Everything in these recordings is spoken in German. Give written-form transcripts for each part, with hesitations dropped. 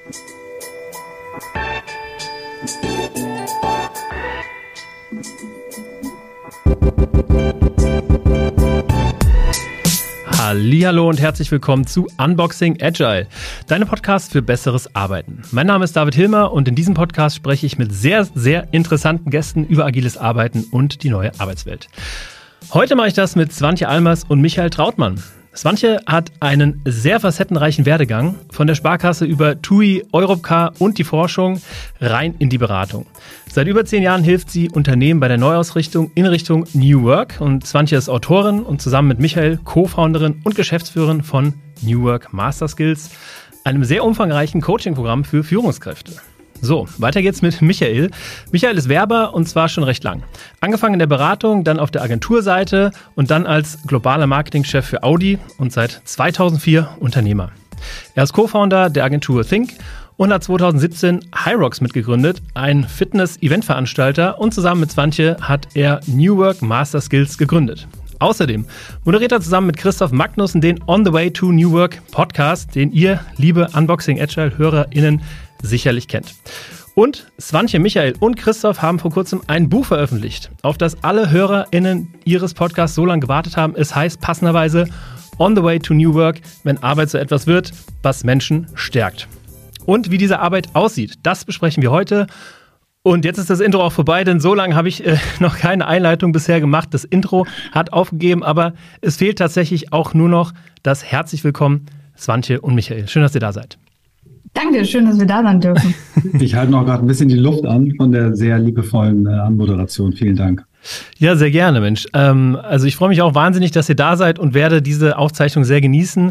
Hallihallo und herzlich willkommen zu Unboxing Agile, deinem Podcast für besseres Arbeiten. Mein Name ist David Hilmer und in diesem Podcast spreche ich mit sehr, sehr interessanten Gästen über agiles Arbeiten und die neue Arbeitswelt. Heute mache ich das mit Swantje Almers und Michael Trautmann. Swantje hat einen sehr facettenreichen Werdegang, von der Sparkasse über TUI, Europcar und die Forschung rein in die Beratung. Seit über 10 Jahren hilft sie Unternehmen bei der Neuausrichtung in Richtung New Work und Swantje ist Autorin und zusammen mit Michael Co-Founderin und Geschäftsführerin von New Work Master Skills, einem sehr umfangreichen Coaching-Programm für Führungskräfte. So, weiter geht's mit Michael. Michael ist Werber und zwar schon recht lang. Angefangen in der Beratung, dann auf der Agenturseite und dann als globaler Marketingchef für Audi und seit 2004 Unternehmer. Er ist Co-Founder der Agentur Think und hat 2017 HYROX mitgegründet, ein Fitness-Event-Veranstalter, und zusammen mit Swantje hat er New Work Master Skills gegründet. Außerdem moderiert er zusammen mit Christoph Magnussen den On the Way to New Work Podcast, den ihr, liebe Unboxing Agile-HörerInnen, sicherlich kennt. Und Swantje, Michael und Christoph haben vor kurzem ein Buch veröffentlicht, auf das alle HörerInnen ihres Podcasts so lange gewartet haben. Es heißt passenderweise On the Way to New Work, wenn Arbeit so etwas wird, was Menschen stärkt. Und wie diese Arbeit aussieht, das besprechen wir heute. Und jetzt ist das Intro auch vorbei, denn so lange habe ich noch keine Einleitung bisher gemacht. Das Intro hat aufgegeben, aber es fehlt tatsächlich auch nur noch das Herzlich Willkommen, Swantje und Michael. Schön, dass ihr da seid. Danke, schön, dass wir da sein dürfen. Ich halte noch gerade ein bisschen die Luft an von der sehr liebevollen Anmoderation. Vielen Dank. Ja, sehr gerne, Mensch. Also ich freue mich auch wahnsinnig, dass ihr da seid und werde diese Aufzeichnung sehr genießen.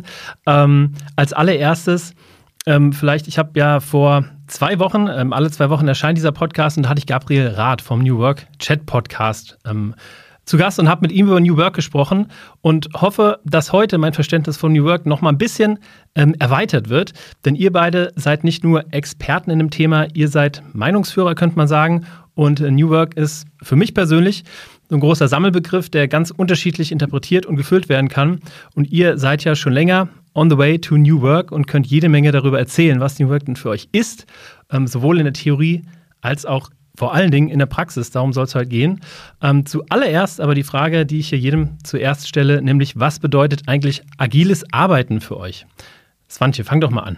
Als allererstes, vielleicht, ich habe ja vor 2 Wochen, alle 2 Wochen erscheint dieser Podcast und da hatte ich Gabriel Rath vom New Work Chat Podcast zu Gast und habe mit ihm über New Work gesprochen und hoffe, dass heute mein Verständnis von New Work noch mal ein bisschen erweitert wird. Denn ihr beide seid nicht nur Experten in dem Thema, ihr seid Meinungsführer, könnte man sagen. Und New Work ist für mich persönlich so ein großer Sammelbegriff, der ganz unterschiedlich interpretiert und gefüllt werden kann. Und ihr seid ja schon länger on the way to New Work und könnt jede Menge darüber erzählen, was New Work denn für euch ist, sowohl in der Theorie als auch vor allen Dingen in der Praxis, darum soll es heute gehen. Zuallererst aber die Frage, die ich hier jedem zuerst stelle, nämlich was bedeutet eigentlich agiles Arbeiten für euch? Swantje, fang doch mal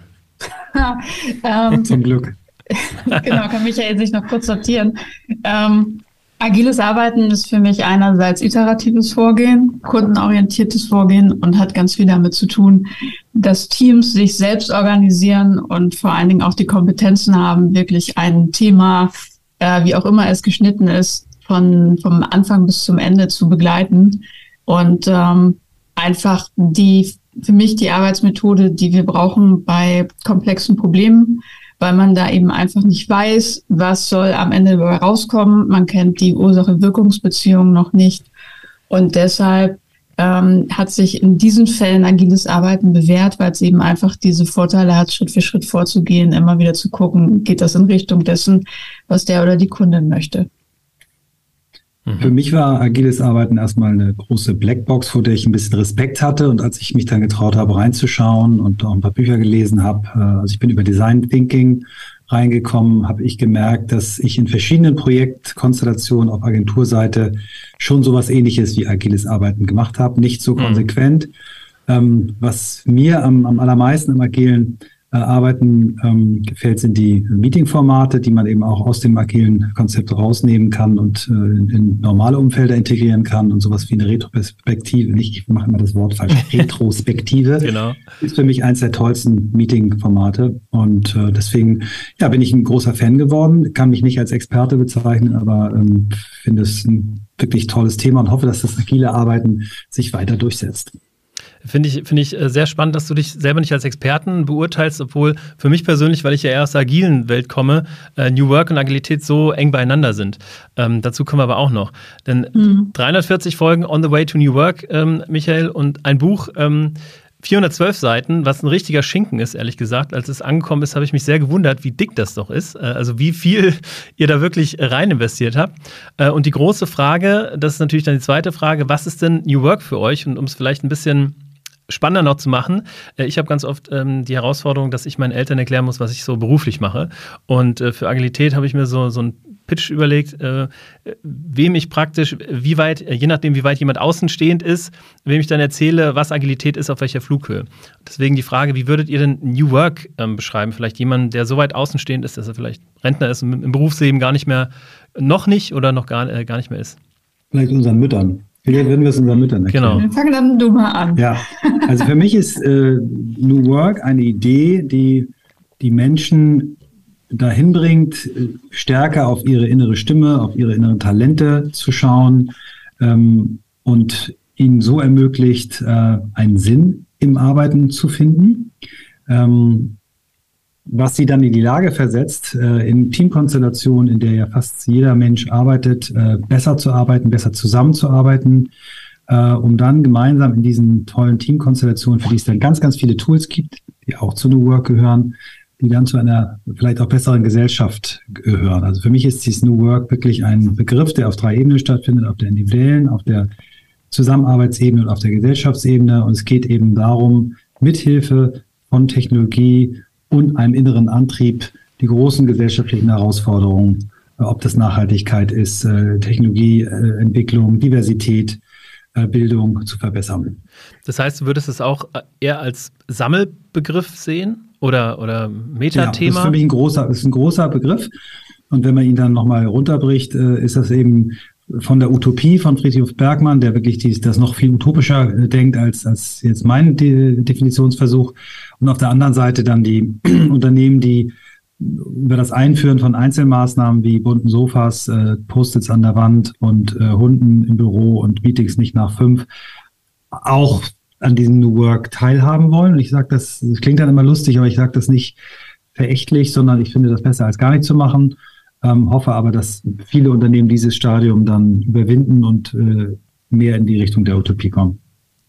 an. Zum Glück. Genau, kann Michael sich noch kurz sortieren. Agiles Arbeiten ist für mich einerseits iteratives Vorgehen, kundenorientiertes Vorgehen und hat ganz viel damit zu tun, dass Teams sich selbst organisieren und vor allen Dingen auch die Kompetenzen haben, wirklich ein Thema, wie auch immer es geschnitten ist, vom Anfang bis zum Ende zu begleiten. Und einfach für mich die Arbeitsmethode, die wir brauchen bei komplexen Problemen, weil man da eben einfach nicht weiß, was soll am Ende dabei rauskommen. Man kennt die Ursache-Wirkungsbeziehung noch nicht. Und deshalb hat sich in diesen Fällen agiles Arbeiten bewährt, weil es eben einfach diese Vorteile hat, Schritt für Schritt vorzugehen, immer wieder zu gucken, geht das in Richtung dessen, was der oder die Kundin möchte. Für mich war agiles Arbeiten erstmal eine große Blackbox, vor der ich ein bisschen Respekt hatte. Und als ich mich dann getraut habe, reinzuschauen und auch ein paar Bücher gelesen habe, also ich bin über Design Thinking reingekommen, habe ich gemerkt, dass ich in verschiedenen Projektkonstellationen auf Agenturseite schon sowas Ähnliches wie agiles Arbeiten gemacht habe. Nicht so konsequent. Was mir am allermeisten im agilen Arbeiten gefällt, sind die Meeting-Formate, die man eben auch aus dem agilen Konzept rausnehmen kann und in normale Umfelder integrieren kann und sowas wie eine Retrospektive, ich mache immer das Wort falsch, Retrospektive, genau, ist für mich eins der tollsten Meeting-Formate und deswegen bin ich ein großer Fan geworden, kann mich nicht als Experte bezeichnen, aber finde es ein wirklich tolles Thema und hoffe, dass das agile Arbeiten sich weiter durchsetzt. Finde ich sehr spannend, dass du dich selber nicht als Experten beurteilst, obwohl für mich persönlich, weil ich ja eher aus der agilen Welt komme, New Work und Agilität so eng beieinander sind. Dazu kommen wir aber auch noch. Denn 340 Folgen On the Way to New Work, Michael, und ein Buch, 412 Seiten, was ein richtiger Schinken ist, ehrlich gesagt. Als es angekommen ist, habe ich mich sehr gewundert, wie dick das doch ist. Also wie viel ihr da wirklich rein investiert habt. Und die große Frage, das ist natürlich dann die zweite Frage, was ist denn New Work für euch? Und um es vielleicht ein bisschen spannender noch zu machen. Ich habe ganz oft die Herausforderung, dass ich meinen Eltern erklären muss, was ich so beruflich mache. Und für Agilität habe ich mir so einen Pitch überlegt, wem ich praktisch, wie weit, je nachdem, wie weit jemand außenstehend ist, wem ich dann erzähle, was Agilität ist, auf welcher Flughöhe. Deswegen die Frage, wie würdet ihr denn New Work beschreiben? Vielleicht jemanden, der so weit außenstehend ist, dass er vielleicht Rentner ist und im Berufsleben gar nicht mehr, noch nicht oder noch gar nicht mehr ist. Vielleicht unseren Müttern. Vielleicht würden wir es unseren Müttern erklären. Genau. Fang dann du mal an. Ja, also für mich ist New Work eine Idee, die die Menschen dahin bringt, stärker auf ihre innere Stimme, auf ihre inneren Talente zu schauen und ihnen so ermöglicht, einen Sinn im Arbeiten zu finden, was sie dann in die Lage versetzt, in Teamkonstellationen, in der ja fast jeder Mensch arbeitet, besser zu arbeiten, besser zusammenzuarbeiten, um dann gemeinsam in diesen tollen Teamkonstellationen, für die es dann ganz, ganz viele Tools gibt, die auch zu New Work gehören, die dann zu einer vielleicht auch besseren Gesellschaft gehören. Also für mich ist dieses New Work wirklich ein Begriff, der auf 3 Ebenen stattfindet, auf der individuellen, auf der Zusammenarbeitsebene und auf der Gesellschaftsebene. Und es geht eben darum, mithilfe von Technologie und einem inneren Antrieb die großen gesellschaftlichen Herausforderungen, ob das Nachhaltigkeit ist, Technologieentwicklung, Diversität, Bildung zu verbessern. Das heißt, du würdest es auch eher als Sammelbegriff sehen oder Metathema? Ja, das ist für mich ein großer Begriff. Und wenn man ihn dann nochmal runterbricht, ist das eben von der Utopie von Friedrich Bergmann, der wirklich das noch viel utopischer denkt als jetzt mein Definitionsversuch. Und auf der anderen Seite dann die Unternehmen, die über das Einführen von Einzelmaßnahmen wie bunten Sofas, Post-its an der Wand und Hunden im Büro und Meetings nicht nach 5 auch an diesem New Work teilhaben wollen. Und ich sage das klingt dann immer lustig, aber ich sage das nicht verächtlich, sondern ich finde das besser als gar nicht zu machen. Hoffe aber, dass viele Unternehmen dieses Stadium dann überwinden und mehr in die Richtung der Utopie kommen.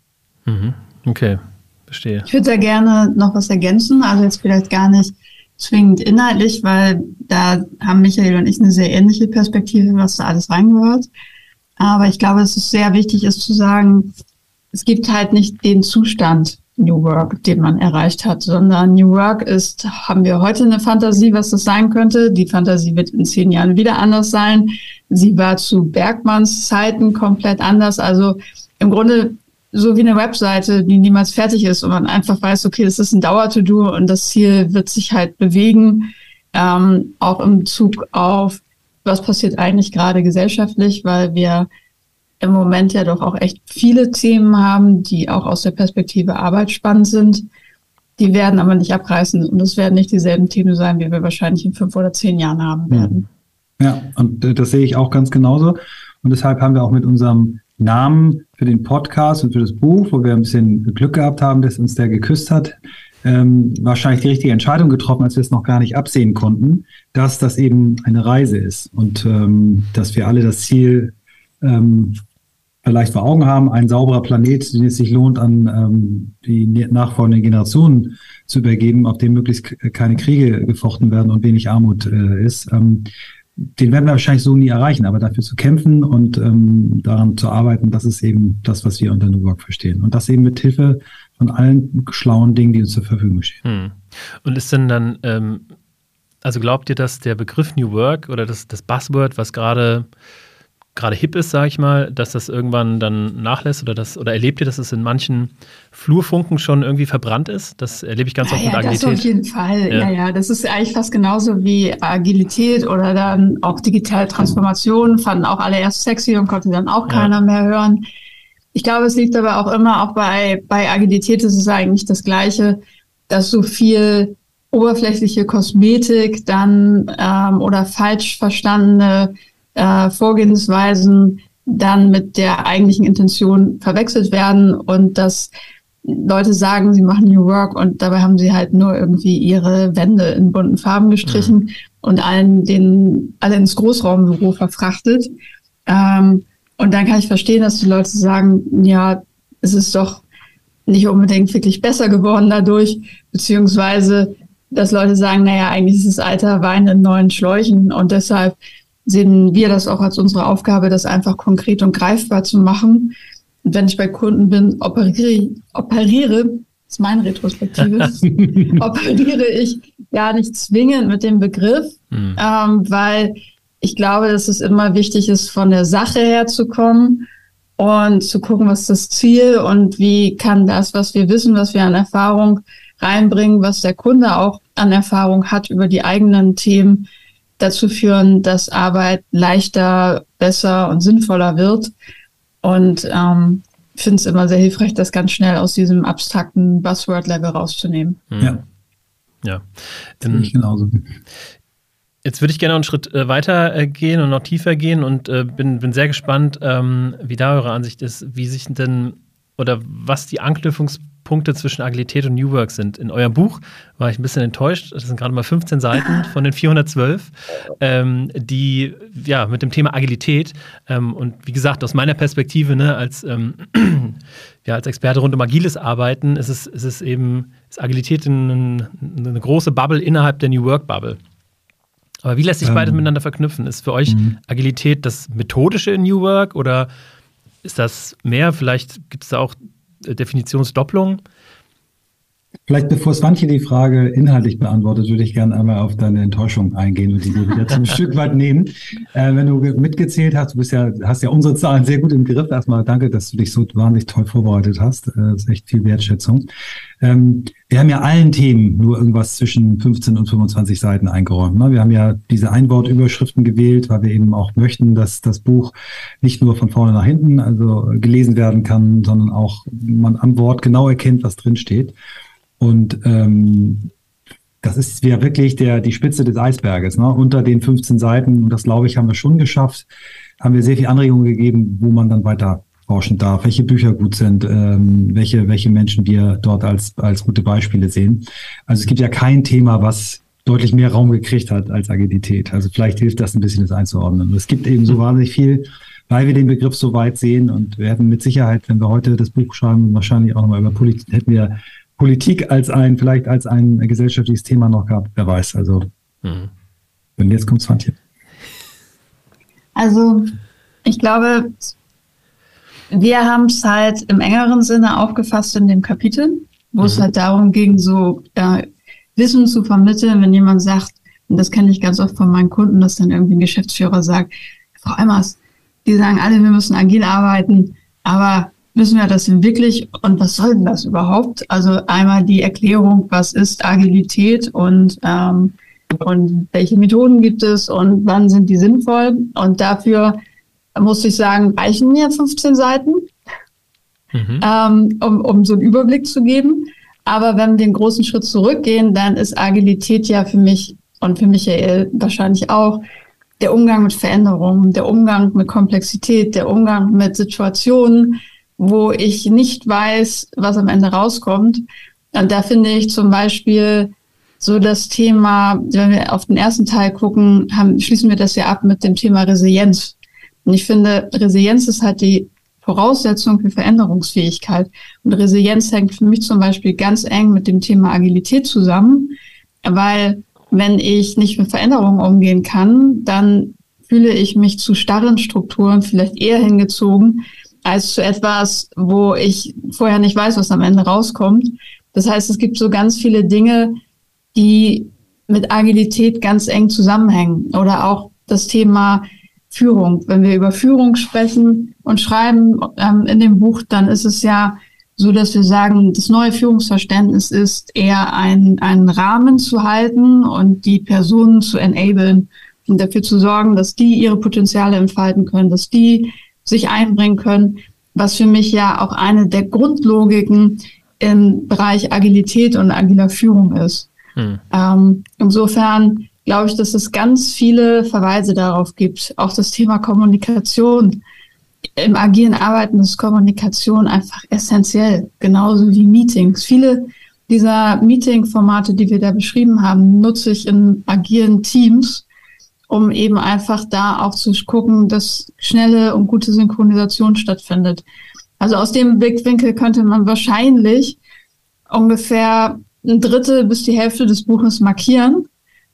Okay, verstehe. Ich würde da gerne noch was ergänzen, also jetzt vielleicht gar nicht zwingend inhaltlich, weil da haben Michael und ich eine sehr ähnliche Perspektive, was da alles reingehört. Aber ich glaube, es ist sehr wichtig, ist zu sagen, es gibt halt nicht den Zustand New Work, den man erreicht hat, sondern New Work haben wir heute eine Fantasie, was das sein könnte. Die Fantasie wird in 10 Jahren wieder anders sein. Sie war zu Bergmanns Zeiten komplett anders. Also im Grunde so wie eine Webseite, die niemals fertig ist und man einfach weiß, okay, das ist ein Dauer-to-Do und das Ziel wird sich halt bewegen, auch im Bezug auf, was passiert eigentlich gerade gesellschaftlich, weil wir im Moment ja doch auch echt viele Themen haben, die auch aus der Perspektive Arbeit spannend sind. Die werden aber nicht abreißen und es werden nicht dieselben Themen sein, wie wir wahrscheinlich in 5 oder 10 Jahren haben werden. Ja, und das sehe ich auch ganz genauso. Und deshalb haben wir auch mit unserem Namen für den Podcast und für das Buch, wo wir ein bisschen Glück gehabt haben, dass uns der geküsst hat, wahrscheinlich die richtige Entscheidung getroffen, als wir es noch gar nicht absehen konnten, dass das eben eine Reise ist und dass wir alle das Ziel vielleicht vor Augen haben, ein sauberer Planet, den es sich lohnt, an die nachfolgenden Generationen zu übergeben, auf dem möglichst keine Kriege gefochten werden und wenig Armut ist. Den werden wir wahrscheinlich so nie erreichen, aber dafür zu kämpfen und daran zu arbeiten, das ist eben das, was wir unter New Work verstehen. Und das eben mit Hilfe von allen schlauen Dingen, die uns zur Verfügung stehen. Und ist denn dann, also glaubt ihr, dass der Begriff New Work oder das Buzzword, was gerade hip ist, sage ich mal, dass das irgendwann dann nachlässt oder erlebt ihr, dass es in manchen Flurfunken schon irgendwie verbrannt ist? Das erlebe ich ganz oft mit Agilität. Das auf jeden Fall. Ja, das ist eigentlich fast genauso wie Agilität oder dann auch digitale Transformation, fanden auch alle erst sexy und konnte dann auch keiner mehr hören. Ich glaube, es liegt aber auch immer, auch bei Agilität ist es eigentlich das Gleiche, dass so viel oberflächliche Kosmetik dann oder falsch verstandene Vorgehensweisen dann mit der eigentlichen Intention verwechselt werden und dass Leute sagen, sie machen New Work und dabei haben sie halt nur irgendwie ihre Wände in bunten Farben gestrichen und alle ins Großraumbüro verfrachtet. Und dann kann ich verstehen, dass die Leute sagen, ja, es ist doch nicht unbedingt wirklich besser geworden dadurch, beziehungsweise dass Leute sagen, naja, eigentlich ist es alter Wein in neuen Schläuchen und deshalb sehen wir das auch als unsere Aufgabe, das einfach konkret und greifbar zu machen, wenn ich bei Kunden bin, operiere, das ist meine Retrospektive, operiere ich gar nicht zwingend mit dem Begriff, weil ich glaube, dass es immer wichtig ist, von der Sache her zu kommen und zu gucken, was ist das Ziel und wie kann das, was wir wissen, was wir an Erfahrung reinbringen, was der Kunde auch an Erfahrung hat über die eigenen Themen, dazu führen, dass Arbeit leichter, besser und sinnvoller wird. Und finde es immer sehr hilfreich, das ganz schnell aus diesem abstrakten Buzzword-Level rauszunehmen. Ja. Ich genauso. Jetzt würde ich gerne noch einen Schritt weiter gehen und noch tiefer gehen und bin sehr gespannt, wie da eure Ansicht ist, wie sich denn oder was die Anknüpfungspunkte zwischen Agilität und New Work sind. In eurem Buch war ich ein bisschen enttäuscht. Das sind gerade mal 15 Seiten von den 412, die mit dem Thema Agilität und wie gesagt, aus meiner Perspektive, ne, als Experte rund um agiles Arbeiten, ist Agilität eine große Bubble innerhalb der New Work Bubble. Aber wie lässt sich beides miteinander verknüpfen? Ist für euch Agilität das Methodische in New Work oder ist das mehr? Vielleicht gibt es da auch Definitionsdopplung? Vielleicht bevor Swantje die Frage inhaltlich beantwortet, würde ich gerne einmal auf deine Enttäuschung eingehen und die wieder zum Stück weit nehmen. Wenn du mitgezählt hast, hast ja unsere Zahlen sehr gut im Griff. Erstmal danke, dass du dich so wahnsinnig toll vorbereitet hast. Das ist echt viel Wertschätzung. Wir haben ja allen Themen nur irgendwas zwischen 15 und 25 Seiten eingeräumt. Wir haben ja diese Einwortüberschriften gewählt, weil wir eben auch möchten, dass das Buch nicht nur von vorne nach hinten gelesen werden kann, sondern auch man am Wort genau erkennt, was drin steht. Und das ist ja wirklich die Spitze des Eisberges. Unter den 15 Seiten, und das glaube ich, haben wir schon geschafft, haben wir sehr viel Anregungen gegeben, wo man dann weiter forschen darf, welche Bücher gut sind, welche Menschen wir dort als gute Beispiele sehen. Also es gibt ja kein Thema, was deutlich mehr Raum gekriegt hat als Agilität. Also vielleicht hilft das ein bisschen, das einzuordnen. Es gibt eben so wahnsinnig viel, weil wir den Begriff so weit sehen und wir hätten mit Sicherheit, wenn wir heute das Buch schreiben, wahrscheinlich auch nochmal über Politik, hätten wir Politik vielleicht als ein gesellschaftliches Thema noch gehabt, wer weiß. Also, Und jetzt kommt Swantje. Also, ich glaube, wir haben es halt im engeren Sinne aufgefasst in dem Kapitel, wo es halt darum ging, so Wissen zu vermitteln, wenn jemand sagt, und das kenne ich ganz oft von meinen Kunden, dass dann irgendwie ein Geschäftsführer sagt, Frau Emmers, die sagen alle, wir müssen agil arbeiten, aber müssen wir das denn wirklich und was soll denn das überhaupt? Also einmal die Erklärung, was ist Agilität und welche Methoden gibt es und wann sind die sinnvoll? Und dafür muss ich sagen, reichen mir 15 Seiten, um so einen Überblick zu geben. Aber wenn wir den großen Schritt zurückgehen, dann ist Agilität ja für mich und für Michael wahrscheinlich auch der Umgang mit Veränderungen, der Umgang mit Komplexität, der Umgang mit Situationen, wo ich nicht weiß, was am Ende rauskommt. Und da finde ich zum Beispiel so das Thema, wenn wir auf den ersten Teil gucken, schließen wir das ja ab mit dem Thema Resilienz. Und ich finde, Resilienz ist halt die Voraussetzung für Veränderungsfähigkeit. Und Resilienz hängt für mich zum Beispiel ganz eng mit dem Thema Agilität zusammen, weil wenn ich nicht mit Veränderungen umgehen kann, dann fühle ich mich zu starren Strukturen vielleicht eher hingezogen, als zu etwas, wo ich vorher nicht weiß, was am Ende rauskommt. Das heißt, es gibt so ganz viele Dinge, die mit Agilität ganz eng zusammenhängen. Oder auch das Thema Führung. Wenn wir über Führung sprechen und schreiben in dem Buch, dann ist es ja so, dass wir sagen, das neue Führungsverständnis ist eher einen Rahmen zu halten und die Personen zu enablen und dafür zu sorgen, dass die ihre Potenziale entfalten können, dass die sich einbringen können, was für mich ja auch eine der Grundlogiken im Bereich Agilität und agiler Führung ist. Insofern glaube ich, dass es ganz viele Verweise darauf gibt. Auch das Thema Kommunikation. Im agilen Arbeiten ist Kommunikation einfach essentiell, genauso wie Meetings. Viele dieser Meeting-Formate, die wir da beschrieben haben, nutze ich in agilen Teams, um eben einfach da auch zu gucken, dass schnelle und gute Synchronisation stattfindet. Also aus dem Blickwinkel könnte man wahrscheinlich ungefähr 1/3 bis die Hälfte des Buches markieren,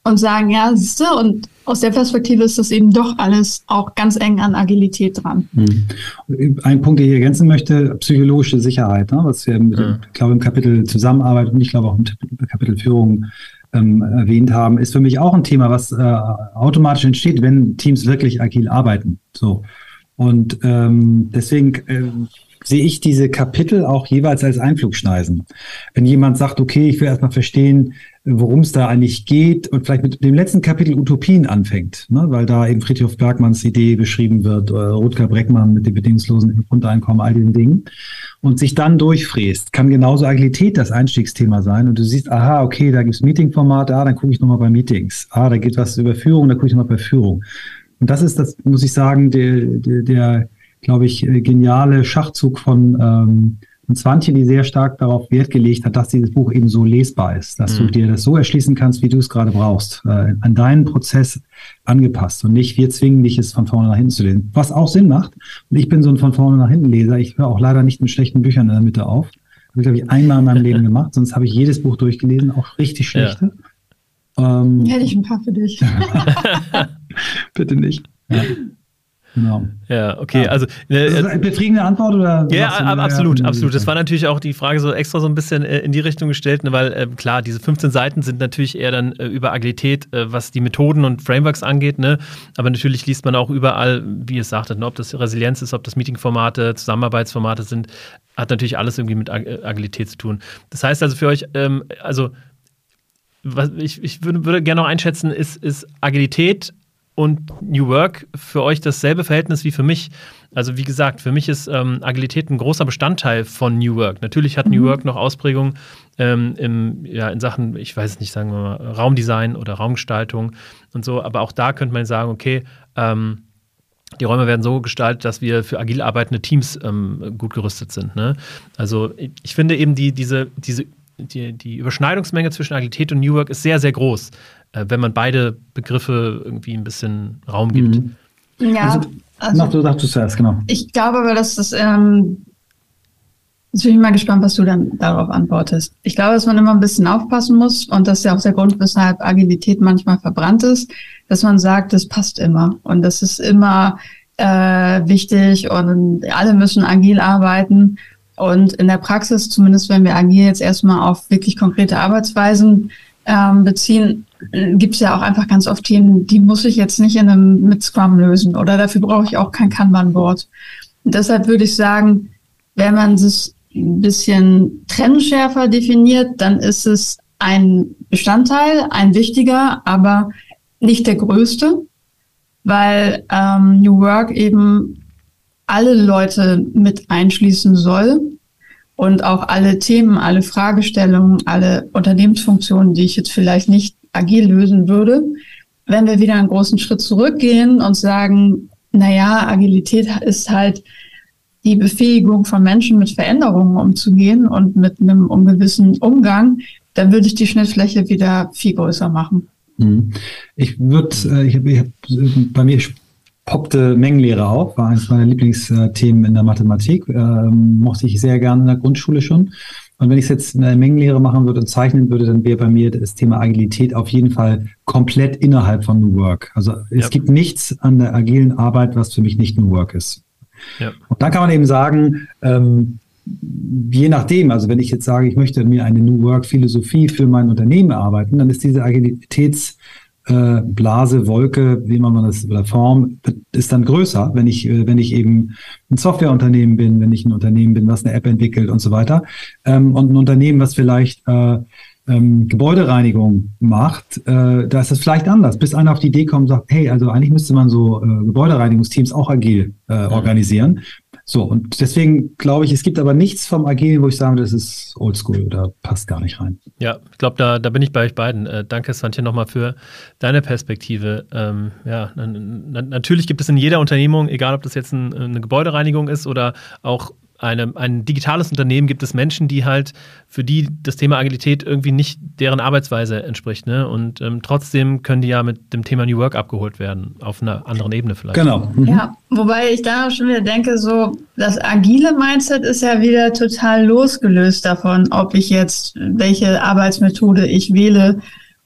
und sagen, ja, siehst du, und aus der Perspektive ist das eben doch alles auch ganz eng an Agilität dran. Ein Punkt, den ich ergänzen möchte, psychologische Sicherheit, ne, was wir ich glaube, im Kapitel Zusammenarbeit und ich glaube auch im Kapitel Führung erwähnt haben, ist für mich auch ein Thema, was automatisch entsteht, wenn Teams wirklich agil arbeiten. So. Und deswegen sehe ich diese Kapitel auch jeweils als Einflugschneisen. Wenn jemand sagt, okay, ich will erstmal verstehen, worum es da eigentlich geht und vielleicht mit dem letzten Kapitel Utopien anfängt, ne, weil da eben Friedhof Bergmanns Idee beschrieben wird, Rutger Breckmann mit dem bedingungslosen Grundeinkommen, all diesen Dingen, und sich dann durchfräst, kann genauso Agilität das Einstiegsthema sein und du siehst, aha, okay, da gibt es Meetingformate, dann gucke ich nochmal bei Meetings, da geht was über Führung, da gucke ich nochmal bei Führung. Und das ist, das muss ich sagen, der glaube ich, geniale Schachzug von Swantje, die sehr stark darauf Wert gelegt hat, dass dieses Buch eben so lesbar ist, dass du dir das so erschließen kannst, wie du es gerade brauchst, an deinen Prozess angepasst und nicht, wir zwingen dich, es von vorne nach hinten zu lesen, was auch Sinn macht. Und ich bin so ein von vorne nach hinten Leser. Ich höre auch leider nicht mit schlechten Büchern in der Mitte auf. Habe ich, glaube ich, einmal in meinem Leben gemacht, sonst habe ich jedes Buch durchgelesen, auch richtig schlechte. Ja. Hätte ich ein paar für dich. Bitte nicht. Ja. Genau. Ja, okay. Ja. Also das ist eine befriedigende Antwort oder? Ja, absolut. Das war natürlich auch die Frage so extra so ein bisschen in die Richtung gestellt, ne, weil klar, diese 15 Seiten sind natürlich eher dann über Agilität, was die Methoden und Frameworks angeht, ne? Aber natürlich liest man auch überall, wie ihr sagtet, ne, ob das Resilienz ist, ob das Meetingformate, Zusammenarbeitsformate sind, hat natürlich alles irgendwie mit Agilität zu tun. Das heißt also für euch, was ich würde gerne noch einschätzen, ist Agilität und New Work für euch dasselbe Verhältnis wie für mich? Also wie gesagt, für mich ist Agilität ein großer Bestandteil von New Work. Natürlich hat New Work noch Ausprägungen in Sachen, ich weiß es nicht, sagen wir mal, Raumdesign oder Raumgestaltung und so. Aber auch da könnte man sagen, okay, die Räume werden so gestaltet, dass wir für agil arbeitende Teams gut gerüstet sind. Ne? Also ich finde eben die Überschneidungsmenge zwischen Agilität und New Work ist sehr, sehr groß, wenn man beide Begriffe irgendwie ein bisschen Raum gibt. Ja, du dachtest zuerst, genau. Ich glaube aber, dass das, jetzt bin ich mal gespannt, was du dann darauf antwortest. Ich glaube, dass man immer ein bisschen aufpassen muss und das ist ja auch der Grund, weshalb Agilität manchmal verbrannt ist, dass man sagt, das passt immer und das ist immer wichtig und alle müssen agil arbeiten. Und in der Praxis, zumindest wenn wir agil jetzt erstmal auf wirklich konkrete Arbeitsweisen beziehen, gibt es ja auch einfach ganz oft Themen, die muss ich jetzt nicht mit Scrum lösen oder dafür brauche ich auch kein Kanban-Board. Und deshalb würde ich sagen, wenn man es ein bisschen trennschärfer definiert, dann ist es ein Bestandteil, ein wichtiger, aber nicht der größte, weil New Work eben alle Leute mit einschließen soll und auch alle Themen, alle Fragestellungen, alle Unternehmensfunktionen, die ich jetzt vielleicht nicht agil lösen würde. Wenn wir wieder einen großen Schritt zurückgehen und sagen, naja, Agilität ist halt die Befähigung von Menschen, mit Veränderungen umzugehen und mit einem gewissen Umgang, dann würde ich die Schnittfläche wieder viel größer machen. Bei mir poppte Mengenlehre auf, war eines meiner Lieblingsthemen in der Mathematik, mochte ich sehr gerne in der Grundschule schon. Und wenn ich es jetzt in der Mengenlehre machen würde und zeichnen würde, dann wäre bei mir das Thema Agilität auf jeden Fall komplett innerhalb von New Work. Also es gibt nichts an der agilen Arbeit, was für mich nicht New Work ist. Ja. Und dann kann man eben sagen, je nachdem, also wenn ich jetzt sage, ich möchte mir eine New Work-Philosophie für mein Unternehmen erarbeiten, dann ist diese Agilitätsblase, Wolke, wie man das, oder Form, ist dann größer, wenn ich eben ein Softwareunternehmen bin, wenn ich ein Unternehmen bin, was eine App entwickelt und so weiter, und ein Unternehmen, was vielleicht Gebäudereinigung macht, da ist das vielleicht anders, bis einer auf die Idee kommt und sagt, hey, also eigentlich müsste man so Gebäudereinigungsteams auch agil organisieren. So, und deswegen glaube ich, es gibt aber nichts vom Agilen, wo ich sage, das ist oldschool oder passt gar nicht rein. Ja, ich glaube, da bin ich bei euch beiden. Danke, Swantje, nochmal für deine Perspektive. Natürlich gibt es in jeder Unternehmung, egal ob das jetzt eine Gebäudereinigung ist oder auch ein digitales Unternehmen, gibt es Menschen, die halt, für die das Thema Agilität irgendwie nicht deren Arbeitsweise entspricht, ne? Und trotzdem können die ja mit dem Thema New Work abgeholt werden, auf einer anderen Ebene vielleicht. Genau. Ja, wobei ich da schon wieder denke, so das agile Mindset ist ja wieder total losgelöst davon, ob ich jetzt welche Arbeitsmethode ich wähle,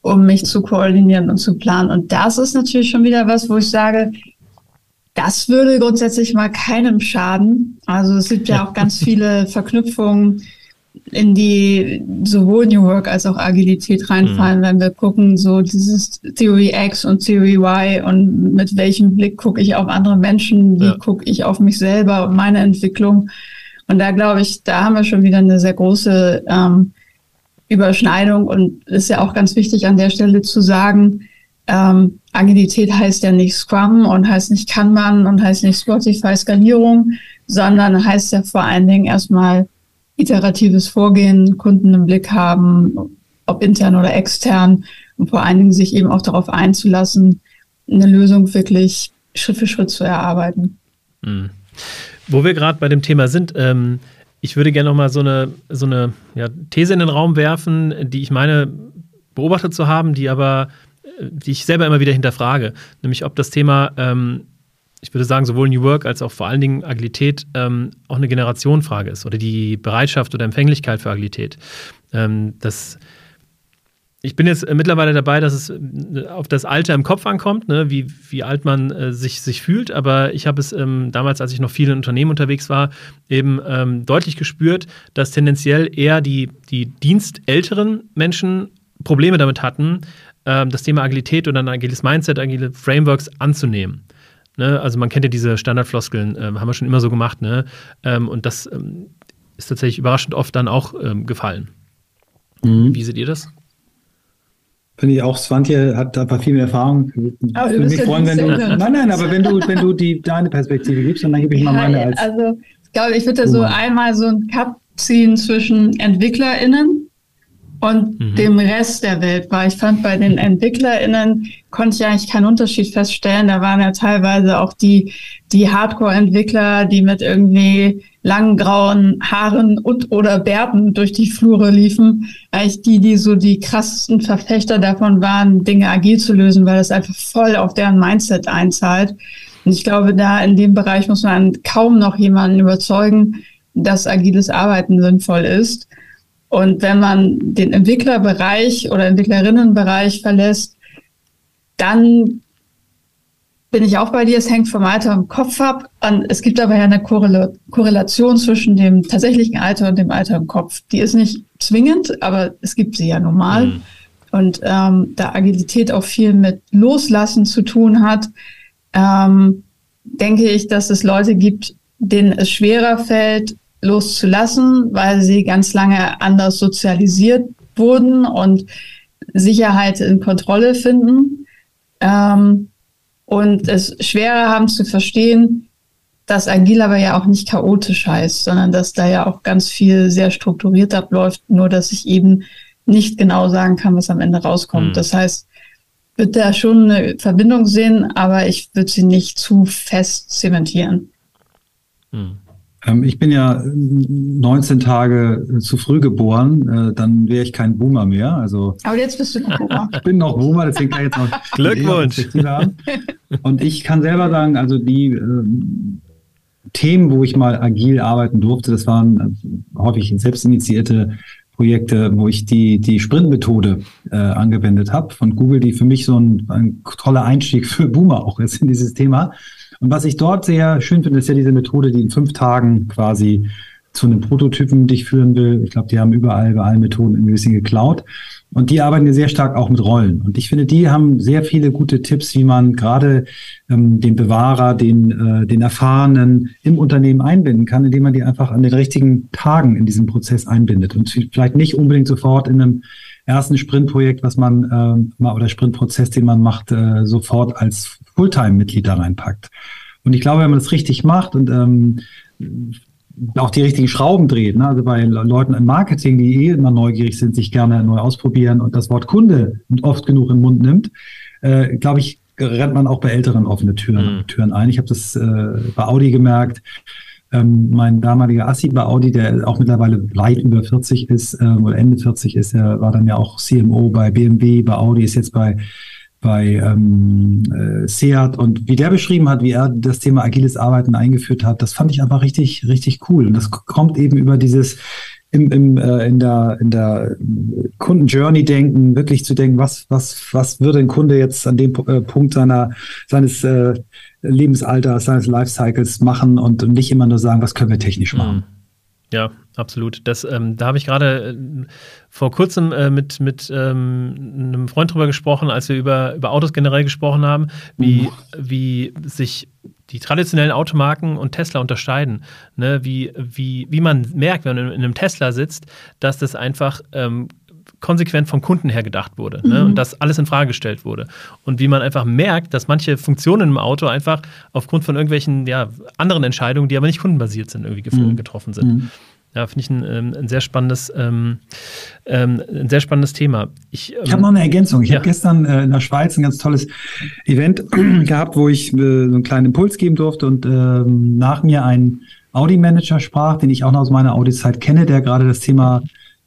um mich zu koordinieren und zu planen. Und das ist natürlich schon wieder was, wo ich sage, das würde grundsätzlich mal keinem schaden. Also es gibt ja auch ganz viele Verknüpfungen, in die sowohl New Work als auch Agilität reinfallen, wenn wir gucken, so dieses Theory X und Theory Y und mit welchem Blick gucke ich auf andere Menschen, wie gucke ich auf mich selber und meine Entwicklung. Und da glaube ich, da haben wir schon wieder eine sehr große Überschneidung und ist ja auch ganz wichtig an der Stelle zu sagen, Agilität heißt ja nicht Scrum und heißt nicht Kanban und heißt nicht Spotify-Skalierung, sondern heißt ja vor allen Dingen erstmal iteratives Vorgehen, Kunden im Blick haben, ob intern oder extern, und vor allen Dingen sich eben auch darauf einzulassen, eine Lösung wirklich Schritt für Schritt zu erarbeiten. Mhm. Wo wir gerade bei dem Thema sind, ich würde gerne noch mal so eine These in den Raum werfen, die ich meine beobachtet zu haben, die ich selber immer wieder hinterfrage, nämlich ob das Thema ich würde sagen, sowohl New Work als auch vor allen Dingen Agilität auch eine Generationenfrage ist oder die Bereitschaft oder Empfänglichkeit für Agilität. Ich bin jetzt mittlerweile dabei, dass es auf das Alter im Kopf ankommt, ne, wie alt man sich fühlt, aber ich habe es damals, als ich noch viel in Unternehmen unterwegs war, eben deutlich gespürt, dass tendenziell eher die dienstälteren Menschen Probleme damit hatten, das Thema Agilität oder ein agiles Mindset, agile Frameworks anzunehmen. Ne? Also man kennt ja diese Standardfloskeln, haben wir schon immer so gemacht, ne? Und das ist tatsächlich überraschend oft dann auch gefallen. Wie seht ihr das? Finde ich auch, Swantje hat aber viel mehr Erfahrung. Aber würde mich freuen, wenn du deine Perspektive gibst, und dann gebe ich mal meine als. Also ich glaube, ich würde da so einmal so einen Cut ziehen zwischen EntwicklerInnen und dem Rest der Welt, weil ich fand, bei den EntwicklerInnen konnte ich eigentlich keinen Unterschied feststellen. Da waren ja teilweise auch die Hardcore-Entwickler, die mit irgendwie langen grauen Haaren und oder Bärten durch die Flure liefen. Eigentlich die so die krassesten Verfechter davon waren, Dinge agil zu lösen, weil das einfach voll auf deren Mindset einzahlt. Und ich glaube, da in dem Bereich muss man kaum noch jemanden überzeugen, dass agiles Arbeiten sinnvoll ist. Und wenn man den Entwicklerbereich oder Entwicklerinnenbereich verlässt, dann bin ich auch bei dir, es hängt vom Alter im Kopf ab. Und es gibt aber ja eine Korrelation zwischen dem tatsächlichen Alter und dem Alter im Kopf. Die ist nicht zwingend, aber es gibt sie ja normal. Und da Agilität auch viel mit Loslassen zu tun hat, denke ich, dass es Leute gibt, denen es schwerer fällt, loszulassen, weil sie ganz lange anders sozialisiert wurden und Sicherheit in Kontrolle finden und es schwerer haben zu verstehen, dass agil aber ja auch nicht chaotisch heißt, sondern dass da ja auch ganz viel sehr strukturiert abläuft, nur dass ich eben nicht genau sagen kann, was am Ende rauskommt. Das heißt, ich würde da schon eine Verbindung sehen, aber ich würde sie nicht zu fest zementieren. Ich bin ja 19 Tage zu früh geboren, dann wäre ich kein Boomer mehr. Also, aber jetzt bist du noch Boomer. Ich bin noch Boomer, deswegen kann ich jetzt noch Glückwunsch. Haben. Und ich kann selber sagen, also die Themen, wo ich mal agil arbeiten durfte, das waren häufig selbstinitiierte Projekte, wo ich die Sprint-Methode angewendet habe von Google, die für mich so ein toller Einstieg für Boomer auch ist in dieses Thema. Und was ich dort sehr schön finde, ist ja diese Methode, die in 5 Tagen quasi zu einem Prototypen dich führen will. Ich glaube, die haben überall bei allen Methoden ein bisschen geklaut. Und die arbeiten ja sehr stark auch mit Rollen. Und ich finde, die haben sehr viele gute Tipps, wie man gerade den Bewahrer, den Erfahrenen im Unternehmen einbinden kann, indem man die einfach an den richtigen Tagen in diesem Prozess einbindet. Und vielleicht nicht unbedingt sofort in einem ersten Sprintprojekt, was man oder Sprintprozess, den man macht, sofort als Fulltime-Mitglied da reinpackt. Und ich glaube, wenn man das richtig macht und auch die richtigen Schrauben dreht, ne? Also bei Leuten im Marketing, die immer neugierig sind, sich gerne neu ausprobieren und das Wort Kunde oft genug im Mund nimmt, glaube ich, rennt man auch bei Älteren offene Türen ein. Ich habe das bei Audi gemerkt. Mein damaliger Assi bei Audi, der auch mittlerweile weit über 40 ist, oder Ende 40 ist, er war dann ja auch CMO bei BMW, bei Audi, ist jetzt bei Seat, und wie der beschrieben hat, wie er das Thema agiles Arbeiten eingeführt hat, das fand ich einfach richtig, richtig cool. Und das kommt eben über dieses in der Kunden-Journey denken, wirklich zu denken, was würde ein Kunde jetzt an dem Punkt seines Lebensalters, seines Lifecycles machen und nicht immer nur sagen, was können wir technisch machen. Ja, absolut. Da habe ich gerade vor kurzem mit einem Freund drüber gesprochen, als wir über Autos generell gesprochen haben, wie sich die traditionellen Automarken und Tesla unterscheiden. Ne? Wie man merkt, wenn man in einem Tesla sitzt, dass das einfach konsequent vom Kunden her gedacht wurde, ne? Und dass alles in Frage gestellt wurde. Und wie man einfach merkt, dass manche Funktionen im Auto einfach aufgrund von irgendwelchen anderen Entscheidungen, die aber nicht kundenbasiert sind, irgendwie getroffen sind. Ja, finde ich ein sehr spannendes Thema. Ich habe noch eine Ergänzung. Ich habe gestern in der Schweiz ein ganz tolles Event gehabt, wo ich so einen kleinen Impuls geben durfte und nach mir ein Audi-Manager sprach, den ich auch noch aus meiner Audi-Zeit kenne, der gerade das Thema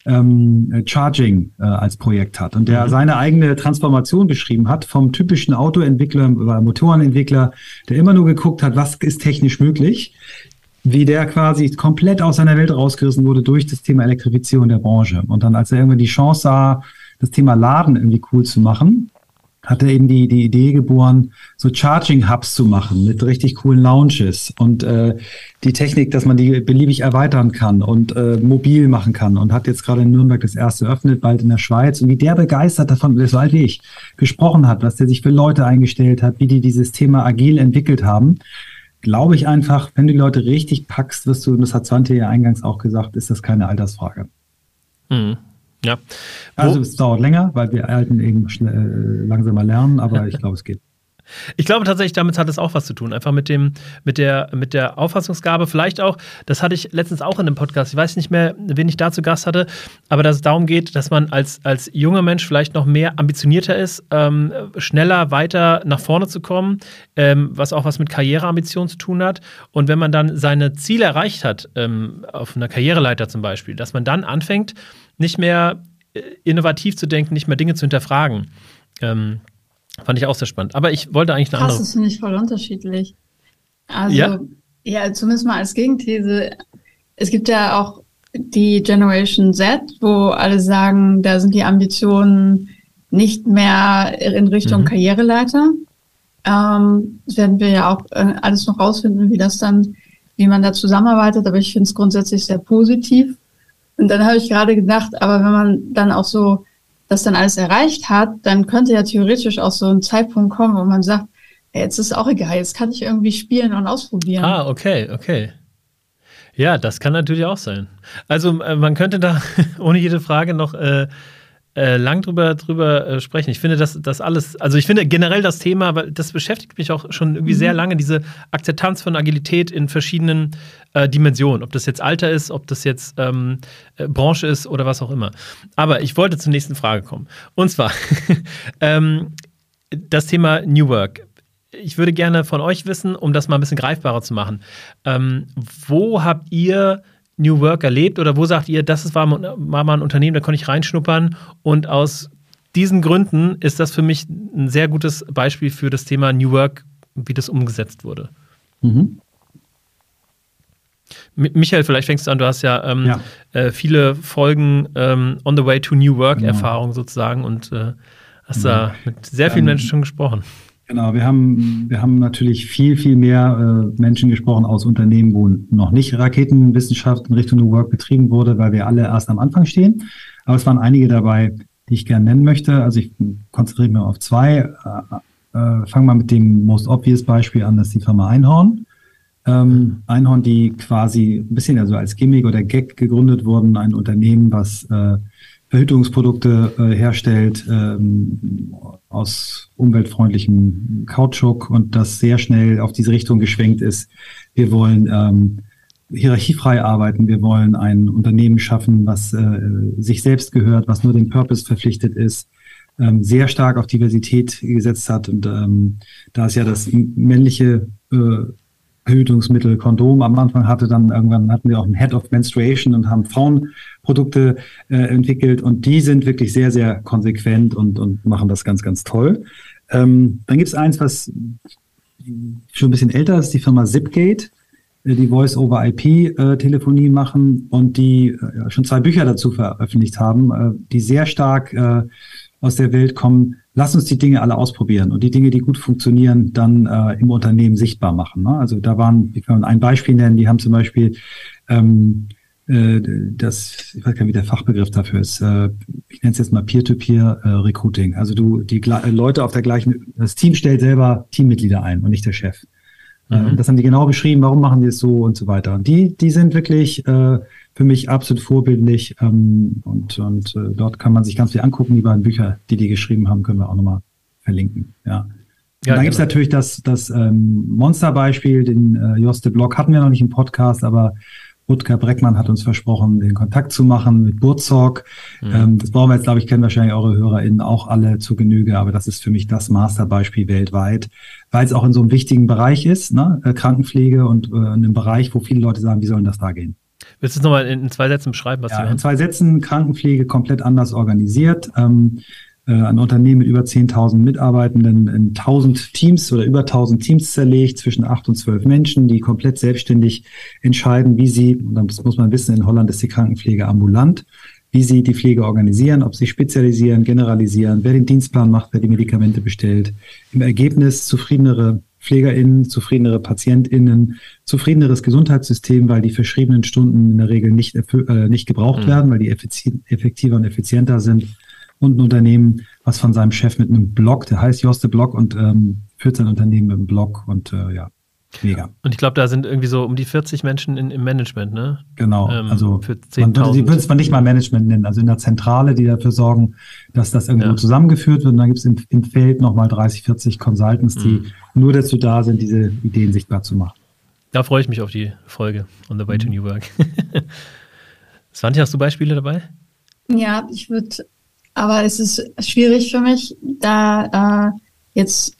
Charging als Projekt hat und der seine eigene Transformation beschrieben hat vom typischen Autoentwickler oder Motorenentwickler, der immer nur geguckt hat, was ist technisch möglich, wie der quasi komplett aus seiner Welt rausgerissen wurde durch das Thema Elektrifizierung der Branche. Und dann, als er irgendwann die Chance sah, das Thema Laden irgendwie cool zu machen, hat er eben die Idee geboren, so Charging-Hubs zu machen mit richtig coolen Lounges und die Technik, dass man die beliebig erweitern kann und mobil machen kann, und hat jetzt gerade in Nürnberg das erste eröffnet, bald in der Schweiz. Und wie der begeistert davon, so alt wie ich, gesprochen hat, was der sich für Leute eingestellt hat, wie die dieses Thema agil entwickelt haben, glaube ich einfach, wenn du die Leute richtig packst, wirst du, und das hat Svante ja eingangs auch gesagt, ist das keine Altersfrage. Ja. Also es dauert länger, weil wir Alten eben langsamer lernen, aber ich glaube, es geht. Ich glaube tatsächlich, damit hat es auch was zu tun. Einfach mit der Auffassungsgabe. Vielleicht auch, das hatte ich letztens auch in einem Podcast, ich weiß nicht mehr, wen ich da zu Gast hatte, aber dass es darum geht, dass man als junger Mensch vielleicht noch mehr ambitionierter ist, schneller weiter nach vorne zu kommen, was auch was mit Karriereambition zu tun hat. Und wenn man dann seine Ziele erreicht hat, auf einer Karriereleiter zum Beispiel, dass man dann anfängt, nicht mehr innovativ zu denken, nicht mehr Dinge zu hinterfragen. Fand ich auch sehr spannend. Aber ich wollte eigentlich eine andere. Das finde ich voll unterschiedlich. Also, ja, zumindest mal als Gegenthese. Es gibt ja auch die Generation Z, wo alle sagen, da sind die Ambitionen nicht mehr in Richtung Karriereleiter. Das werden wir ja auch alles noch rausfinden, wie man da zusammenarbeitet. Aber ich finde es grundsätzlich sehr positiv. Und dann habe ich gerade gedacht, aber wenn man dann auch so das dann alles erreicht hat, dann könnte ja theoretisch auch so ein Zeitpunkt kommen, wo man sagt, hey, jetzt ist auch egal, jetzt kann ich irgendwie spielen und ausprobieren. Okay. Ja, das kann natürlich auch sein. Also man könnte da ohne jede Frage noch lang drüber sprechen. Ich finde, das alles, also ich finde generell das Thema, weil das beschäftigt mich auch schon irgendwie sehr lange, diese Akzeptanz von Agilität in verschiedenen Dimensionen. Ob das jetzt Alter ist, ob das jetzt Branche ist oder was auch immer. Aber ich wollte zur nächsten Frage kommen. Und zwar das Thema New Work. Ich würde gerne von euch wissen, um das mal ein bisschen greifbarer zu machen. Wo habt ihr New Work erlebt oder wo sagt ihr, war mal ein Unternehmen, da konnte ich reinschnuppern, und aus diesen Gründen ist das für mich ein sehr gutes Beispiel für das Thema New Work, wie das umgesetzt wurde. Michael, vielleicht fängst du an, du hast ja viele Folgen on the way to New Work Erfahrung sozusagen und hast da mit sehr vielen Menschen schon gesprochen. Genau, wir haben natürlich viel mehr Menschen gesprochen aus Unternehmen, wo noch nicht Raketenwissenschaft in Richtung New Work betrieben wurde, weil wir alle erst am Anfang stehen. Aber es waren einige dabei, die ich gerne nennen möchte. Also ich konzentriere mich auf zwei. Fangen wir mit dem most obvious Beispiel an, das ist die Firma Einhorn. Einhorn, die quasi ein bisschen also als Gimmick oder Gag gegründet wurden, ein Unternehmen, was Verhütungsprodukte herstellt aus umweltfreundlichem Kautschuk und das sehr schnell auf diese Richtung geschwenkt ist. Wir wollen hierarchiefrei arbeiten, wir wollen ein Unternehmen schaffen, was sich selbst gehört, was nur dem Purpose verpflichtet ist, sehr stark auf Diversität gesetzt hat und da ist ja das männliche Verhütungsmittel, Kondom am Anfang hatte, dann irgendwann hatten wir auch einen Head of Menstruation und haben Frauenprodukte entwickelt und die sind wirklich sehr, sehr konsequent und machen das ganz, ganz toll. Dann gibt es eins, was schon ein bisschen älter ist, die Firma Zipgate, die Voice-over-IP-Telefonie machen und die schon 2 Bücher dazu veröffentlicht haben, die sehr stark aus der Welt kommen. Lass uns die Dinge alle ausprobieren und die Dinge, die gut funktionieren, dann im Unternehmen sichtbar machen. Ne? Also da wir können ein Beispiel nennen, die haben zum Beispiel ich weiß gar nicht, wie der Fachbegriff dafür ist, ich nenne es jetzt mal Peer-to-Peer-Recruiting. Also die Leute auf der gleichen, das Team stellt selber Teammitglieder ein und nicht der Chef. Das haben die genau beschrieben, warum machen die es so und so weiter. Und die sind wirklich für mich absolut vorbildlich und dort kann man sich ganz viel angucken. Die beiden Bücher, die geschrieben haben, können wir auch nochmal verlinken. Ja. Und dann gibt es natürlich das Monsterbeispiel, den Jos de Blok hatten wir noch nicht im Podcast, aber Rutger Breckmann hat uns versprochen, den Kontakt zu machen mit Burzog. Das brauchen wir jetzt, glaube ich, kennen wahrscheinlich eure HörerInnen auch alle zu Genüge, aber das ist für mich das Masterbeispiel weltweit, weil es auch in so einem wichtigen Bereich ist, ne? Krankenpflege und in einem Bereich, wo viele Leute sagen, wie sollen das da gehen? Willst du es nochmal in 2 Sätzen beschreiben, was in 2 Sätzen, Krankenpflege komplett anders organisiert. Ein Unternehmen mit über 10.000 Mitarbeitenden in 1000 Teams oder über 1000 Teams zerlegt, zwischen 8 und 12 Menschen, die komplett selbstständig entscheiden, wie sie, und das muss man wissen, in Holland ist die Krankenpflege ambulant, wie sie die Pflege organisieren, ob sie spezialisieren, generalisieren, wer den Dienstplan macht, wer die Medikamente bestellt. Im Ergebnis zufriedenere PflegerInnen, zufriedenere PatientInnen, zufriedeneres Gesundheitssystem, weil die verschriebenen Stunden in der Regel nicht gebraucht werden, weil die effektiver und effizienter sind. Und ein Unternehmen, was von seinem Chef mit einem Blog, der heißt Jos de Blok und führt sein Unternehmen mit einem Blog und mega. Und ich glaube, da sind irgendwie so um die 40 Menschen im Management, ne? Genau, also für die würde es man nicht mal Management nennen, also in der Zentrale, die dafür sorgen, dass das irgendwo zusammengeführt wird und dann gibt es im Feld nochmal 30, 40 Consultants, die nur dazu da sind, diese Ideen sichtbar zu machen. Da freue ich mich auf die Folge On the Way to New Work. Svante, hast du Beispiele dabei? Ja, aber es ist schwierig für mich, da jetzt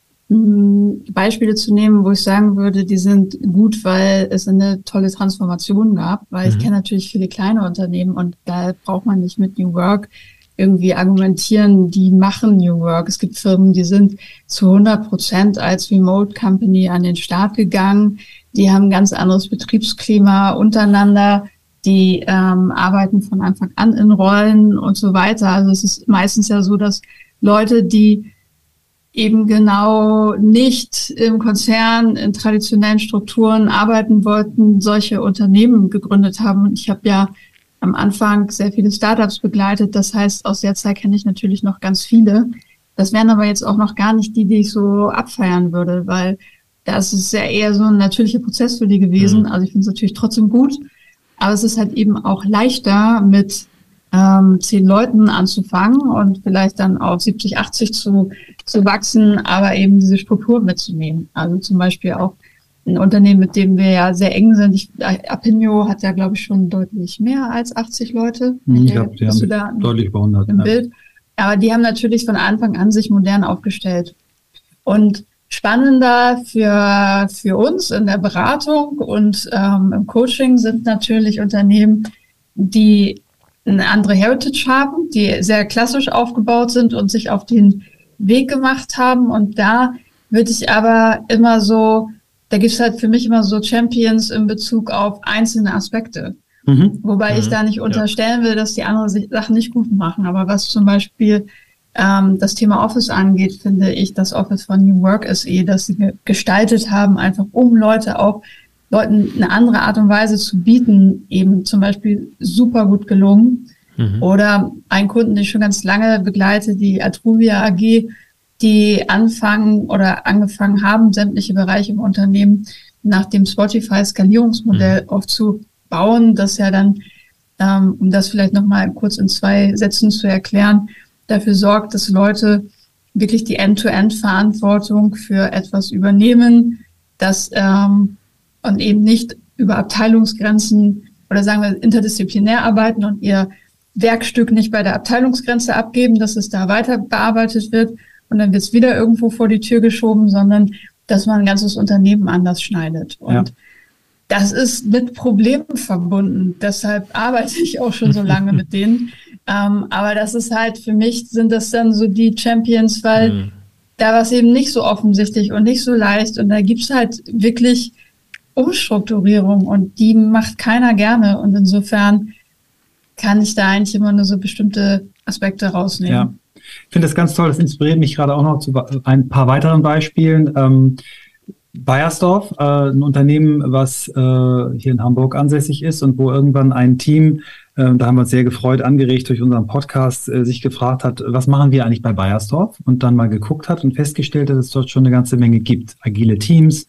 Beispiele zu nehmen, wo ich sagen würde, die sind gut, weil es eine tolle Transformation gab, weil ich kenne natürlich viele kleine Unternehmen und da braucht man nicht mit New Work irgendwie argumentieren, die machen New Work. Es gibt Firmen, die sind zu 100% als Remote Company an den Start gegangen, die haben ein ganz anderes Betriebsklima untereinander, die arbeiten von Anfang an in Rollen und so weiter. Also es ist meistens ja so, dass Leute, die eben genau nicht im Konzern, in traditionellen Strukturen arbeiten wollten, solche Unternehmen gegründet haben. Und ich habe ja am Anfang sehr viele Startups begleitet. Das heißt, aus der Zeit kenne ich natürlich noch ganz viele. Das wären aber jetzt auch noch gar nicht die ich so abfeiern würde, weil das ist ja eher so ein natürlicher Prozess für die gewesen. Also ich finde es natürlich trotzdem gut. Aber es ist halt eben auch leichter, mit 10 Leuten anzufangen und vielleicht dann auf 70, 80 zu wachsen, aber eben diese Struktur mitzunehmen. Also zum Beispiel auch ein Unternehmen, mit dem wir ja sehr eng sind. Apinio hat ja, glaube ich, schon deutlich mehr als 80 Leute. Ich glaube, die haben deutlich über 100. Im Bild. Aber die haben natürlich von Anfang an sich modern aufgestellt. Und spannender für uns in der Beratung und im Coaching sind natürlich Unternehmen, die eine andere Heritage haben, die sehr klassisch aufgebaut sind und sich auf den Weg gemacht haben. Und da würde ich aber immer so, da gibt es halt für mich immer so Champions in Bezug auf einzelne Aspekte. Wobei ich da nicht unterstellen will, dass die andere Sachen nicht gut machen. Aber was zum Beispiel das Thema Office angeht, finde ich, das Office von New Work SE, das sie gestaltet haben, einfach um Leuten eine andere Art und Weise zu bieten, eben zum Beispiel super gut gelungen. Oder ein Kunden, den ich schon ganz lange begleite, die Atruvia AG, die angefangen haben, sämtliche Bereiche im Unternehmen nach dem Spotify-Skalierungsmodell aufzubauen, das ja dann, um das vielleicht nochmal kurz in 2 Sätzen zu erklären, dafür sorgt, dass Leute wirklich die End-to-End-Verantwortung für etwas übernehmen, und eben nicht über Abteilungsgrenzen oder sagen wir interdisziplinär arbeiten und ihr Werkstück nicht bei der Abteilungsgrenze abgeben, dass es da weiter bearbeitet wird und dann wird es wieder irgendwo vor die Tür geschoben, sondern dass man ein ganzes Unternehmen anders schneidet. Und das ist mit Problemen verbunden. Deshalb arbeite ich auch schon so lange mit denen. Aber das ist halt, für mich sind das dann so die Champions, weil da war es eben nicht so offensichtlich und nicht so leicht. Und da gibt's halt wirklich Umstrukturierung und die macht keiner gerne. Und insofern kann ich da eigentlich immer nur so bestimmte Aspekte rausnehmen. Ja, ich finde das ganz toll. Das inspiriert mich gerade auch noch zu ein paar weiteren Beispielen. Beiersdorf, ein Unternehmen, was hier in Hamburg ansässig ist und wo irgendwann ein Team, da haben wir uns sehr gefreut, angeregt durch unseren Podcast, sich gefragt hat, was machen wir eigentlich bei Beiersdorf? Und dann mal geguckt hat und festgestellt hat, dass es dort schon eine ganze Menge gibt. Agile Teams,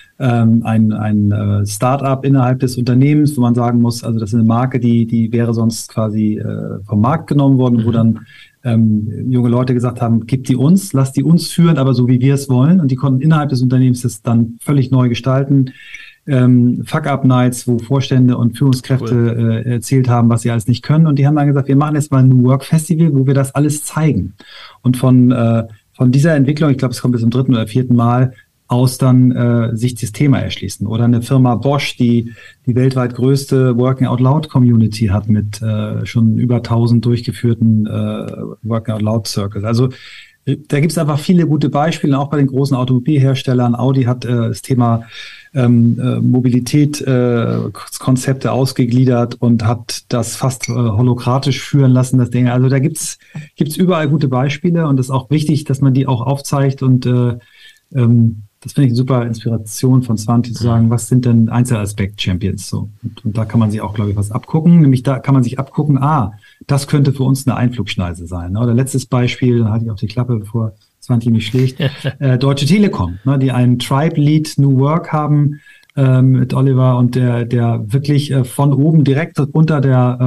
ein Start-up innerhalb des Unternehmens, wo man sagen muss, also das ist eine Marke, die wäre sonst quasi vom Markt genommen worden, wo dann junge Leute gesagt haben, gib die uns, lass die uns führen, aber so wie wir es wollen. Und die konnten innerhalb des Unternehmens das dann völlig neu gestalten. Fuck-Up-Nights, wo Vorstände und Führungskräfte erzählt haben, was sie alles nicht können. Und die haben dann gesagt, wir machen jetzt mal ein New Work Festival, wo wir das alles zeigen. Und von dieser Entwicklung, ich glaube, es kommt bis zum 3. oder 4. Mal, aus dann sich das Thema erschließen. Oder eine Firma Bosch, die weltweit größte Working Out Loud Community hat mit schon über 1000 durchgeführten Working Out Loud Circles. Also da gibt es einfach viele gute Beispiele, auch bei den großen Automobilherstellern. Audi hat das Thema Mobilität, Konzepte ausgegliedert und hat das fast holokratisch führen lassen, das Ding. Also da gibt's überall gute Beispiele und es ist auch wichtig, dass man die auch aufzeigt und das finde ich eine super Inspiration von Svante zu sagen, was sind denn Einzelaspekt-Champions so? Und da kann man sich auch, glaube ich, was abgucken. Nämlich da kann man sich abgucken, das könnte für uns eine Einflugschneise sein. Oder letztes Beispiel, da hatte ich auch die Klappe, bevor Svante mich schlägt, Deutsche Telekom, die einen Tribe Lead New Work haben mit Oliver und der wirklich von oben direkt unter der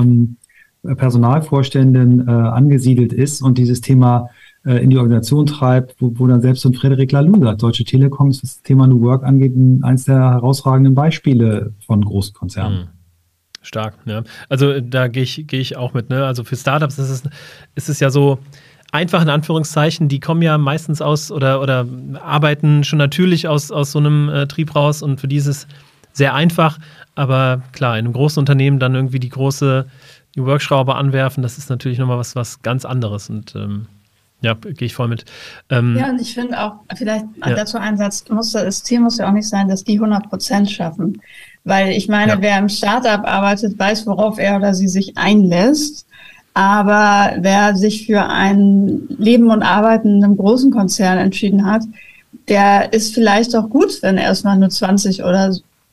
Personalvorständin angesiedelt ist und dieses Thema in die Organisation treibt, wo dann selbst so ein Frederik Laloux sagt, Deutsche Telekom ist, was das Thema New Work angeht, eines der herausragenden Beispiele von großen Konzernen. Stark, ja. Also da gehe ich auch mit, ne? Also für Startups ist es ja so einfach in Anführungszeichen, die kommen ja meistens aus oder arbeiten schon natürlich aus so einem Trieb raus und für die ist es sehr einfach, aber klar, in einem großen Unternehmen dann irgendwie die große New Work-Schraube anwerfen, das ist natürlich nochmal was ganz anderes und ja, gehe ich voll mit. Ja, und ich finde auch, vielleicht dazu ein Satz, das Ziel muss ja auch nicht sein, dass die 100% schaffen. Weil ich meine, wer im Startup arbeitet, weiß, worauf er oder sie sich einlässt. Aber wer sich für ein Leben und Arbeiten in einem großen Konzern entschieden hat, der ist vielleicht auch gut, wenn erstmal nur 20 oder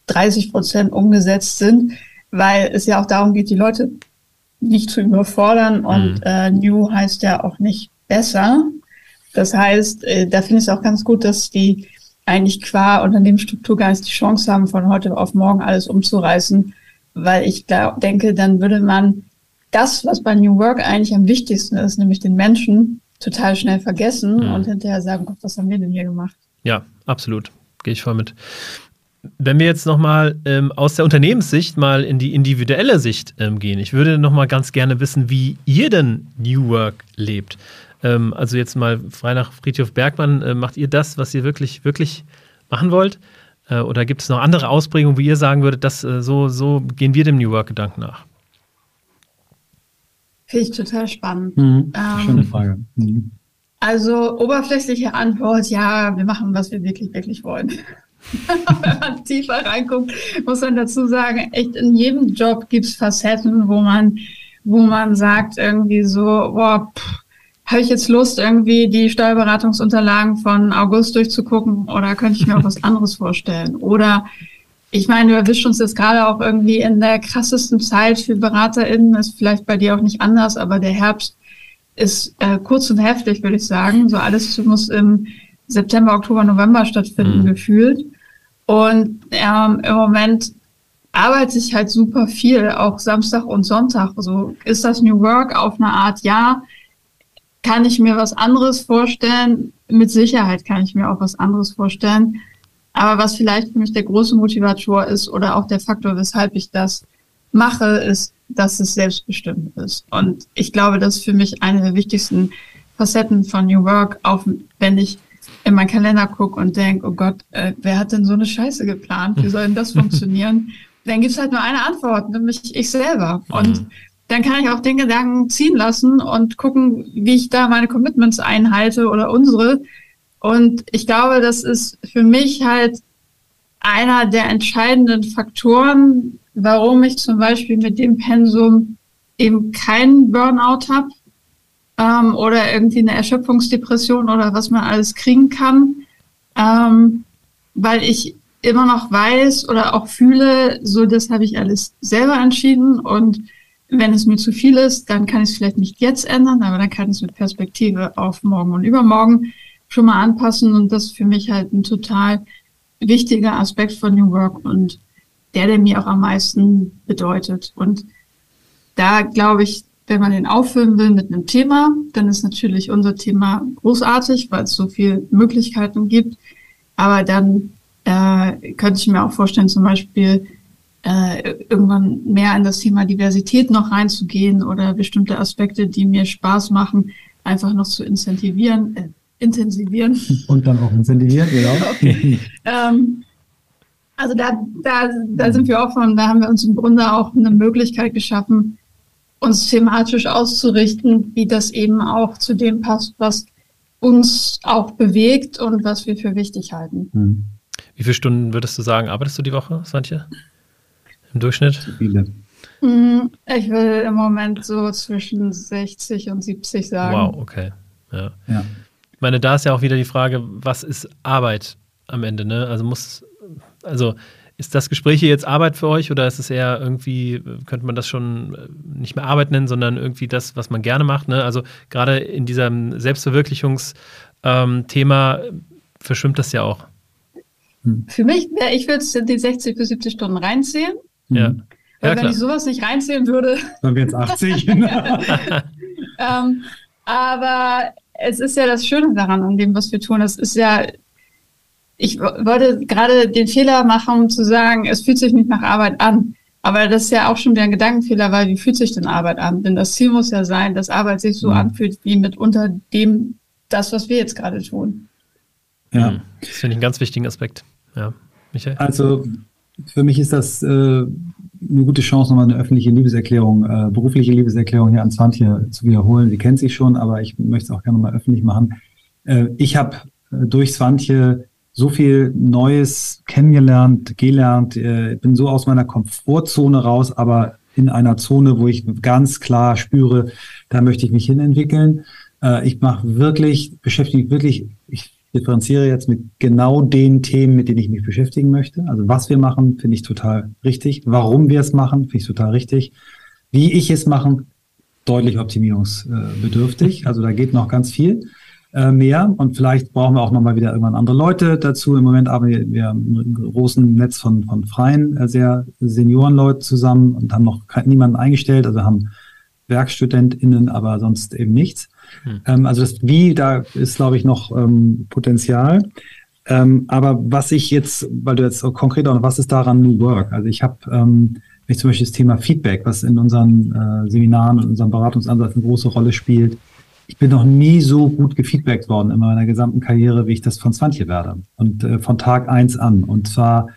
30% umgesetzt sind, weil es ja auch darum geht, die Leute nicht zu überfordern. Und New heißt ja auch nicht besser. Das heißt, da finde ich es auch ganz gut, dass die eigentlich qua Unternehmensstruktur gar nicht die Chance haben, von heute auf morgen alles umzureißen, weil ich denke, dann würde man das, was bei New Work eigentlich am wichtigsten ist, nämlich den Menschen, total schnell vergessen und hinterher sagen, Gott, was haben wir denn hier gemacht? Ja, absolut. Gehe ich voll mit. Wenn wir jetzt nochmal aus der Unternehmenssicht mal in die individuelle Sicht gehen, ich würde nochmal ganz gerne wissen, wie ihr denn New Work lebt. Also jetzt mal frei nach Frithjof Bergmann, macht ihr das, was ihr wirklich, wirklich machen wollt? Oder gibt es noch andere Ausprägungen, wo ihr sagen würdet, dass so gehen wir dem New Work-Gedanken nach? Finde ich total spannend. Schöne Frage. Also oberflächliche Antwort, ja, wir machen, was wir wirklich, wirklich wollen. Wenn man tiefer reinguckt, muss man dazu sagen, echt in jedem Job gibt es Facetten, wo man sagt irgendwie so, habe ich jetzt Lust, irgendwie die Steuerberatungsunterlagen von August durchzugucken oder könnte ich mir auch was anderes vorstellen? Oder ich meine, du erwischt uns jetzt gerade auch irgendwie in der krassesten Zeit für BeraterInnen, ist vielleicht bei dir auch nicht anders, aber der Herbst ist kurz und heftig, würde ich sagen. So alles muss im September, Oktober, November stattfinden, gefühlt. Und im Moment arbeite ich halt super viel, auch Samstag und Sonntag. So ist das New Work auf eine Art, ja. Kann ich mir was anderes vorstellen? Mit Sicherheit kann ich mir auch was anderes vorstellen. Aber was vielleicht für mich der große Motivator ist oder auch der Faktor, weshalb ich das mache, ist, dass es selbstbestimmt ist. Und ich glaube, das ist für mich eine der wichtigsten Facetten von New Work, auch wenn ich in meinen Kalender gucke und denke, oh Gott, wer hat denn so eine Scheiße geplant? Wie soll denn das funktionieren? Dann gibt's halt nur eine Antwort, nämlich ich selber. Und dann kann ich auch den Gedanken ziehen lassen und gucken, wie ich da meine Commitments einhalte oder unsere. Und ich glaube, das ist für mich halt einer der entscheidenden Faktoren, warum ich zum Beispiel mit dem Pensum eben keinen Burnout habe oder irgendwie eine Erschöpfungsdepression oder was man alles kriegen kann, weil ich immer noch weiß oder auch fühle, so das habe ich alles selber entschieden und wenn es mir zu viel ist, dann kann ich es vielleicht nicht jetzt ändern, aber dann kann ich es mit Perspektive auf morgen und übermorgen schon mal anpassen und das ist für mich halt ein total wichtiger Aspekt von New Work und der mir auch am meisten bedeutet. Und da glaube ich, wenn man den auffüllen will mit einem Thema, dann ist natürlich unser Thema großartig, weil es so viele Möglichkeiten gibt. Aber dann könnte ich mir auch vorstellen, zum Beispiel irgendwann mehr in das Thema Diversität noch reinzugehen oder bestimmte Aspekte, die mir Spaß machen, einfach noch zu intensivieren. Und dann auch incentivieren, genau. Okay. Also da sind wir offen, da haben wir uns im Grunde auch eine Möglichkeit geschaffen, uns thematisch auszurichten, wie das eben auch zu dem passt, was uns auch bewegt und was wir für wichtig halten. Wie viele Stunden würdest du sagen, arbeitest du die Woche, Swantje? Im Durchschnitt? Viele. Ich will im Moment so zwischen 60 und 70 sagen. Wow, okay. Ja. Ich meine, da ist ja auch wieder die Frage, was ist Arbeit am Ende, ne? Also ist das Gespräch hier jetzt Arbeit für euch oder ist es eher irgendwie, könnte man das schon nicht mehr Arbeit nennen, sondern irgendwie das, was man gerne macht, ne? Also gerade in diesem Selbstverwirklichungsthema verschwimmt das ja auch. Für mich, ich würde die 60 bis 70 Stunden reinzählen. Ja. Weil wenn ich sowas nicht reinzählen würde. Dann wären es 80. Aber es ist ja das Schöne daran, an dem, was wir tun. Es ist ja, ich wollte gerade den Fehler machen, zu sagen, es fühlt sich nicht nach Arbeit an. Aber das ist ja auch schon wieder ein Gedankenfehler, weil wie fühlt sich denn Arbeit an? Denn das Ziel muss ja sein, dass Arbeit sich so anfühlt, wie mitunter das, was wir jetzt gerade tun. Ja. Das finde ich einen ganz wichtigen Aspekt. Ja, Michael? Also für mich ist das eine gute Chance, nochmal eine öffentliche Liebeserklärung, berufliche Liebeserklärung hier an Swantje zu wiederholen. Sie kennt sie schon, aber ich möchte es auch gerne mal öffentlich machen. Ich habe durch Swantje so viel Neues kennengelernt, gelernt, bin so aus meiner Komfortzone raus, aber in einer Zone, wo ich ganz klar spüre, da möchte ich mich hinentwickeln. Ich beschäftige mich wirklich, ich differenziere jetzt mit genau den Themen, mit denen ich mich beschäftigen möchte. Also was wir machen, finde ich total richtig. Warum wir es machen, finde ich total richtig. Wie ich es mache, deutlich optimierungsbedürftig. Also da geht noch ganz viel mehr und vielleicht brauchen wir auch nochmal wieder irgendwann andere Leute dazu. Im Moment arbeiten wir im großen Netz von freien, sehr Seniorenleuten zusammen und haben noch niemanden eingestellt, also haben WerkstudentInnen, aber sonst eben nichts. Also das Wie, da ist, glaube ich, noch Potenzial. Aber was ich jetzt, weil du jetzt so konkret auch noch, was ist daran New Work? Also ich habe mich zum Beispiel das Thema Feedback, was in unseren Seminaren und unserem Beratungsansatz eine große Rolle spielt. Ich bin noch nie so gut gefeedbackt worden in meiner gesamten Karriere, wie ich das von Swantje werde. Und von Tag 1 an. Und zwar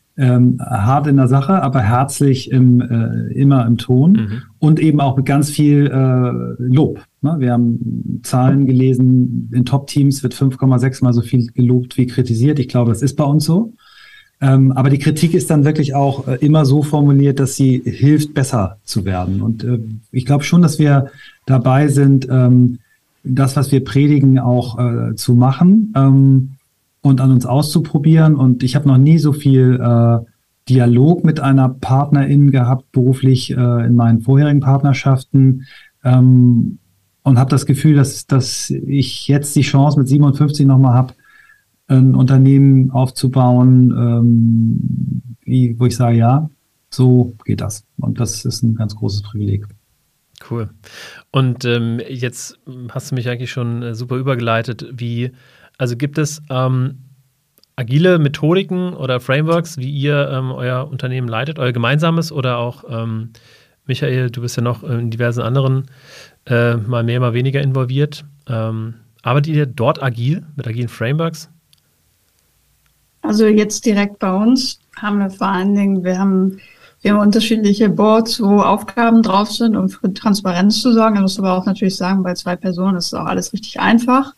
hart in der Sache, aber herzlich immer im Ton und eben auch mit ganz viel Lob. Ne? Wir haben Zahlen gelesen, in Top-Teams wird 5,6 mal so viel gelobt wie kritisiert. Ich glaube, das ist bei uns so. Aber die Kritik ist dann wirklich auch immer so formuliert, dass sie hilft, besser zu werden. Und ich glaube schon, dass wir dabei sind, das, was wir predigen, auch zu machen. Und an uns auszuprobieren. Und ich habe noch nie so viel Dialog mit einer Partnerin gehabt, beruflich in meinen vorherigen Partnerschaften. Und habe das Gefühl, dass ich jetzt die Chance mit 57 nochmal habe, ein Unternehmen aufzubauen, wo ich sage, ja, so geht das. Und das ist ein ganz großes Privileg. Cool. Und jetzt hast du mich eigentlich schon super übergeleitet, also gibt es agile Methodiken oder Frameworks, wie ihr euer Unternehmen leitet, euer gemeinsames oder auch, Michael, du bist ja noch in diversen anderen mal mehr, mal weniger involviert. Arbeitet ihr dort agil, mit agilen Frameworks? Also jetzt direkt bei uns haben wir vor allen Dingen, wir haben unterschiedliche Boards, wo Aufgaben drauf sind, um für Transparenz zu sorgen. Ich muss aber auch natürlich sagen, bei 2 Personen ist auch alles richtig einfach.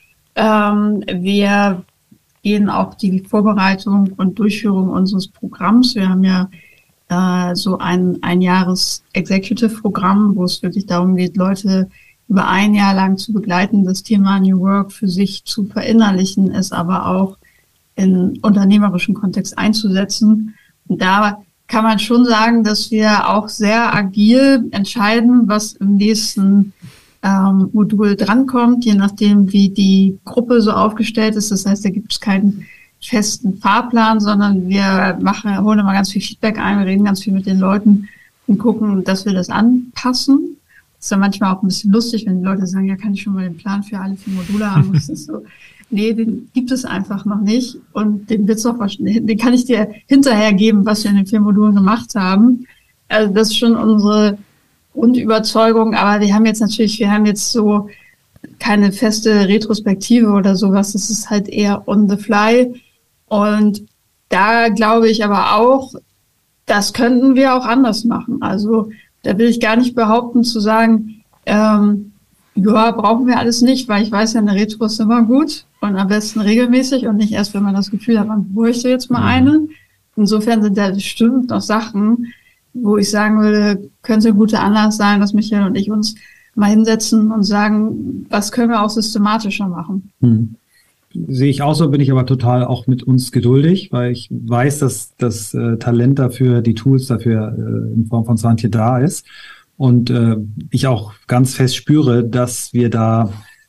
Wir gehen auch die Vorbereitung und Durchführung unseres Programms. Wir haben ja so ein Jahres-Executive-Programm, wo es wirklich darum geht, Leute über ein Jahr lang zu begleiten, das Thema New Work für sich zu verinnerlichen, es aber auch in unternehmerischen Kontext einzusetzen. Und da kann man schon sagen, dass wir auch sehr agil entscheiden, was im nächsten Modul drankommt, je nachdem, wie die Gruppe so aufgestellt ist. Das heißt, da gibt es keinen festen Fahrplan, sondern wir holen immer ganz viel Feedback ein, wir reden ganz viel mit den Leuten und gucken, dass wir das anpassen. Das ist ja manchmal auch ein bisschen lustig, wenn die Leute sagen, ja, kann ich schon mal den Plan für alle 4 Module haben? Das ist so, nee, den gibt es einfach noch nicht. Und den kann ich dir hinterher geben, was wir in den 4 Modulen gemacht haben. Also das ist schon unsere Grundüberzeugung, aber wir haben jetzt so keine feste Retrospektive oder sowas. Das ist halt eher on the fly. Und da glaube ich aber auch, das könnten wir auch anders machen. Also da will ich gar nicht behaupten zu sagen, ja, brauchen wir alles nicht, weil ich weiß ja, eine Retro ist immer gut und am besten regelmäßig und nicht erst, wenn man das Gefühl hat, man bräuchte jetzt mal eine. Insofern sind da bestimmt noch Sachen, wo ich sagen würde, könnte ein guter Anlass sein, dass Michael und ich uns mal hinsetzen und sagen, was können wir auch systematischer machen. Sehe ich auch so, bin ich aber total auch mit uns geduldig, weil ich weiß, dass das Talent dafür, die Tools dafür in Form von Swantje da ist. Und ich auch ganz fest spüre, dass sie da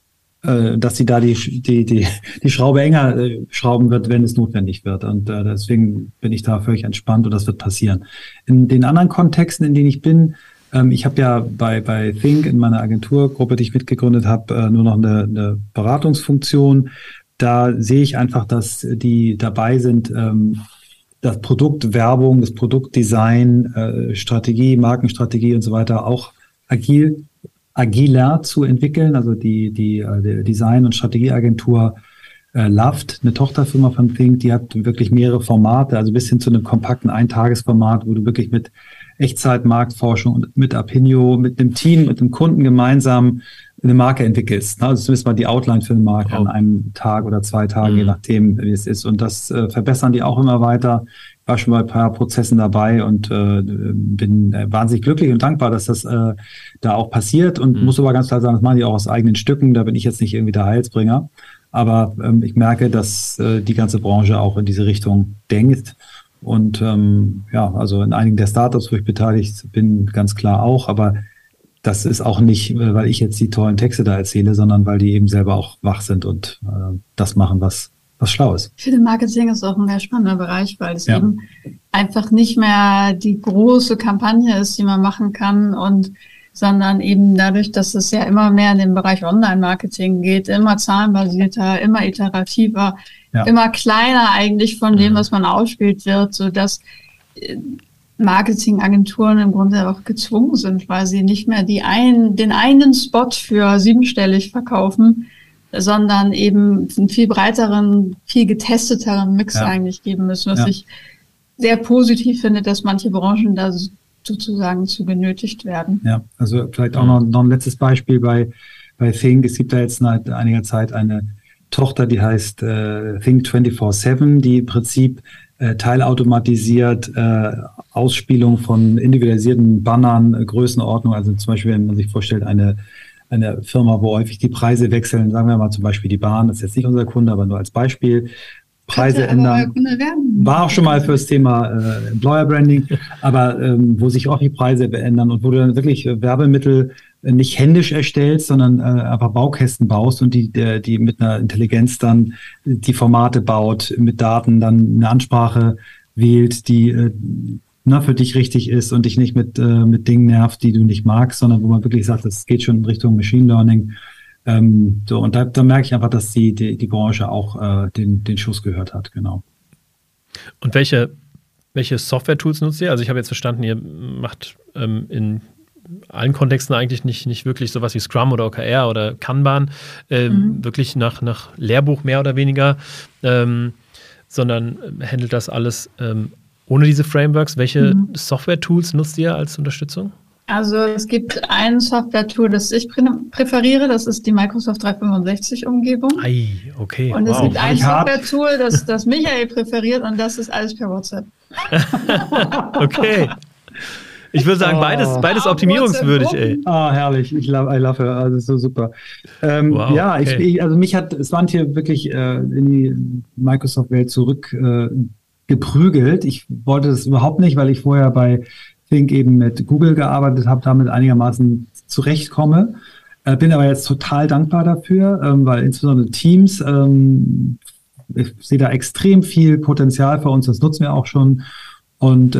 die Schraube enger schrauben wird, wenn es notwendig wird. Und deswegen bin ich da völlig entspannt und das wird passieren. In den anderen Kontexten, in denen ich bin, ich habe ja bei Think in meiner Agenturgruppe, die ich mitgegründet habe, nur noch eine Beratungsfunktion. Da sehe ich einfach, dass die dabei sind, das Produktwerbung, das Produktdesign, Strategie, Markenstrategie und so weiter auch agiler zu entwickeln. Also die Design- und Strategieagentur Loved, eine Tochterfirma von Think, die hat wirklich mehrere Formate, also bis hin zu einem kompakten Eintagesformat, wo du wirklich mit Echtzeitmarktforschung und mit Apinio, mit dem Team, mit dem Kunden gemeinsam eine Marke entwickelst. Also zumindest mal die Outline für eine Marke an einem Tag oder 2 Tagen, je nachdem, wie es ist. Und das verbessern die auch immer weiter. Ich war schon bei ein paar Prozessen dabei und bin wahnsinnig glücklich und dankbar, dass das da auch passiert. Und muss aber ganz klar sagen, das machen die auch aus eigenen Stücken. Da bin ich jetzt nicht irgendwie der Heilsbringer. Aber ich merke, dass die ganze Branche auch in diese Richtung denkt. Und also in einigen der Startups, wo ich beteiligt bin, ganz klar auch. Aber das ist auch nicht, weil ich jetzt die tollen Texte da erzähle, sondern weil die eben selber auch wach sind und das machen, was schlau ist. Ich finde, Marketing ist auch ein sehr spannender Bereich, weil es eben einfach nicht mehr die große Kampagne ist, die man machen kann, sondern eben dadurch, dass es ja immer mehr in den Bereich Online-Marketing geht, immer zahlenbasierter, immer iterativer, immer kleiner eigentlich von dem, was man ausspielt wird, sodass Marketingagenturen im Grunde auch gezwungen sind, weil sie nicht mehr den einen Spot für 7-stellig verkaufen, sondern eben einen viel breiteren, viel getesteteren Mix eigentlich geben müssen, was ich sehr positiv finde, dass manche Branchen da sozusagen zu genötigt werden. Ja, also vielleicht auch noch ein letztes Beispiel bei Think. Es gibt da jetzt seit einiger Zeit eine Tochter, die heißt Think 24/7, die im Prinzip teilautomatisiert Ausspielung von individualisierten Bannern, Größenordnung, also zum Beispiel, wenn man sich vorstellt, eine Firma, wo häufig die Preise wechseln, sagen wir mal zum Beispiel die Bahn, das ist jetzt nicht unser Kunde, aber nur als Beispiel, Preise ändern. War auch schon mal für das Thema Employer Branding, aber wo sich auch die Preise ändern und wo du dann wirklich Werbemittel nicht händisch erstellst, sondern einfach Baukästen baust und die mit einer Intelligenz dann die Formate baut, mit Daten dann eine Ansprache wählt, die für dich richtig ist und dich nicht mit Dingen nervt, die du nicht magst, sondern wo man wirklich sagt, das geht schon in Richtung Machine Learning. Und da merke ich einfach, dass die Branche auch den Schuss gehört hat, genau. Und welche Software-Tools nutzt ihr? Also ich habe jetzt verstanden, ihr macht in allen Kontexten eigentlich nicht wirklich sowas wie Scrum oder OKR oder Kanban, wirklich nach Lehrbuch mehr oder weniger, sondern handelt das alles ohne diese Frameworks. Welche Software-Tools nutzt ihr als Unterstützung? Also es gibt ein Software-Tool, das ich präferiere, das ist die Microsoft 365-Umgebung. Okay. Und es gibt ein Software-Tool, das Michael präferiert, und das ist alles per WhatsApp. Okay. Ich würde sagen, beides optimierungswürdig, ey. Herrlich. I love it. Also so super. Ja, okay. Also mich hat Svante wirklich in die Microsoft-Welt zurück geprügelt. Ich wollte das überhaupt nicht, weil ich vorher bei Think eben mit Google gearbeitet habe, damit einigermaßen zurechtkomme. Bin aber jetzt total dankbar dafür, weil insbesondere Teams, ich sehe da extrem viel Potenzial für uns, das nutzen wir auch schon. Und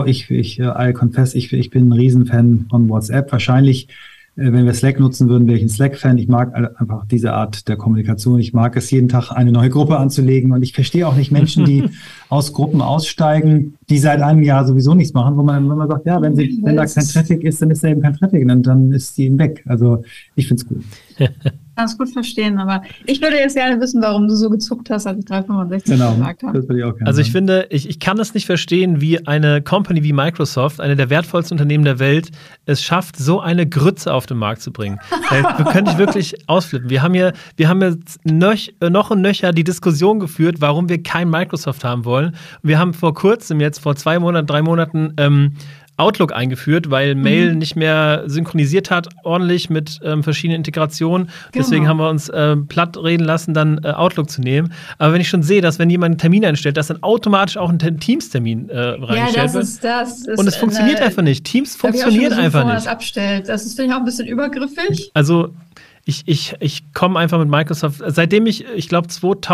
I confess, ich bin ein Riesenfan von WhatsApp. Wahrscheinlich, wenn wir Slack nutzen würden, wäre ich ein Slack-Fan. Ich mag einfach diese Art der Kommunikation. Ich mag es, jeden Tag eine neue Gruppe anzulegen. Und ich verstehe auch nicht Menschen, die aus Gruppen aussteigen, die seit einem Jahr sowieso nichts machen, wo man sagt, ja, wenn da kein Traffic ist, dann ist da eben kein Traffic. Und dann ist sie eben weg. Also ich finde es gut. Ich kann es gut verstehen, aber ich würde jetzt gerne wissen, warum du so gezuckt hast, als ich 365 gesagt habe. Das würde ich auch gerne. Also ich finde, ich kann es nicht verstehen, wie eine Company wie Microsoft, eine der wertvollsten Unternehmen der Welt, es schafft, so eine Grütze auf den Markt zu bringen. Da könnte ich wirklich ausflippen. Wir haben jetzt noch und nöcher die Diskussion geführt, warum wir kein Microsoft haben wollen. Wir haben vor kurzem, jetzt vor 2 Monaten, 3 Monaten, Outlook eingeführt, weil Mail nicht mehr synchronisiert hat, ordentlich mit verschiedenen Integrationen. Genau. Deswegen haben wir uns platt reden lassen, dann Outlook zu nehmen. Aber wenn ich schon sehe, dass wenn jemand einen Termin einstellt, dass dann automatisch auch ein Teams-Termin reingestellt wird. Das ist und es funktioniert einfach nicht. Teams funktioniert einfach nicht. Das abstellt. Das ist, finde ich, auch ein bisschen übergriffig. Also ich komme einfach mit Microsoft, seitdem ich glaube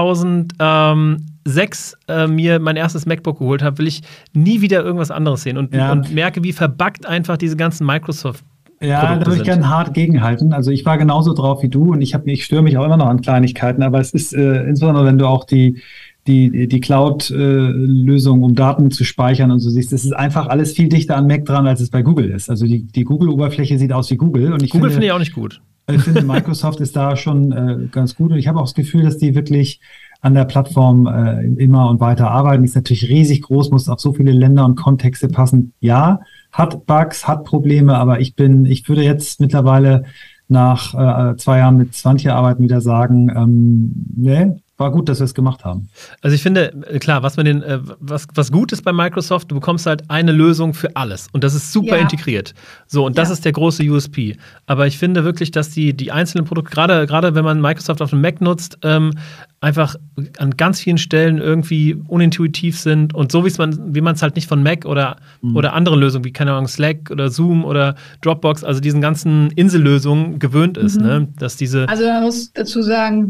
2006 mir mein erstes MacBook geholt habe, will ich nie wieder irgendwas anderes sehen und merke, wie verbuggt einfach diese ganzen Microsoft-Produkte da würde ich gerne hart gegenhalten. Also ich war genauso drauf wie du und ich störe mich auch immer noch an Kleinigkeiten, aber es ist insbesondere, wenn du auch die Cloud-Lösung, um Daten zu speichern und so siehst, es ist einfach alles viel dichter an Mac dran, als es bei Google ist. Also die Google-Oberfläche sieht aus wie Google. Und Google finde ich auch nicht gut. Ich finde, Microsoft ist da schon ganz gut und ich habe auch das Gefühl, dass die wirklich an der Plattform immer und weiter arbeiten. Die ist natürlich riesig groß, muss auf so viele Länder und Kontexte passen. Ja, hat Bugs, hat Probleme, aber ich würde jetzt mittlerweile nach 2 Jahren mit Svante arbeiten wieder sagen, war gut, dass wir es gemacht haben. Also ich finde, klar, was gut ist bei Microsoft, du bekommst halt eine Lösung für alles und das ist super integriert. So, und das ist der große USP. Aber ich finde wirklich, dass die einzelnen Produkte, gerade wenn man Microsoft auf dem Mac nutzt, einfach an ganz vielen Stellen irgendwie unintuitiv sind und so wie man es halt nicht von Mac oder anderen Lösungen wie, keine Ahnung, Slack oder Zoom oder Dropbox, also diesen ganzen Insellösungen gewöhnt ist, ne? Dass also man muss dazu sagen,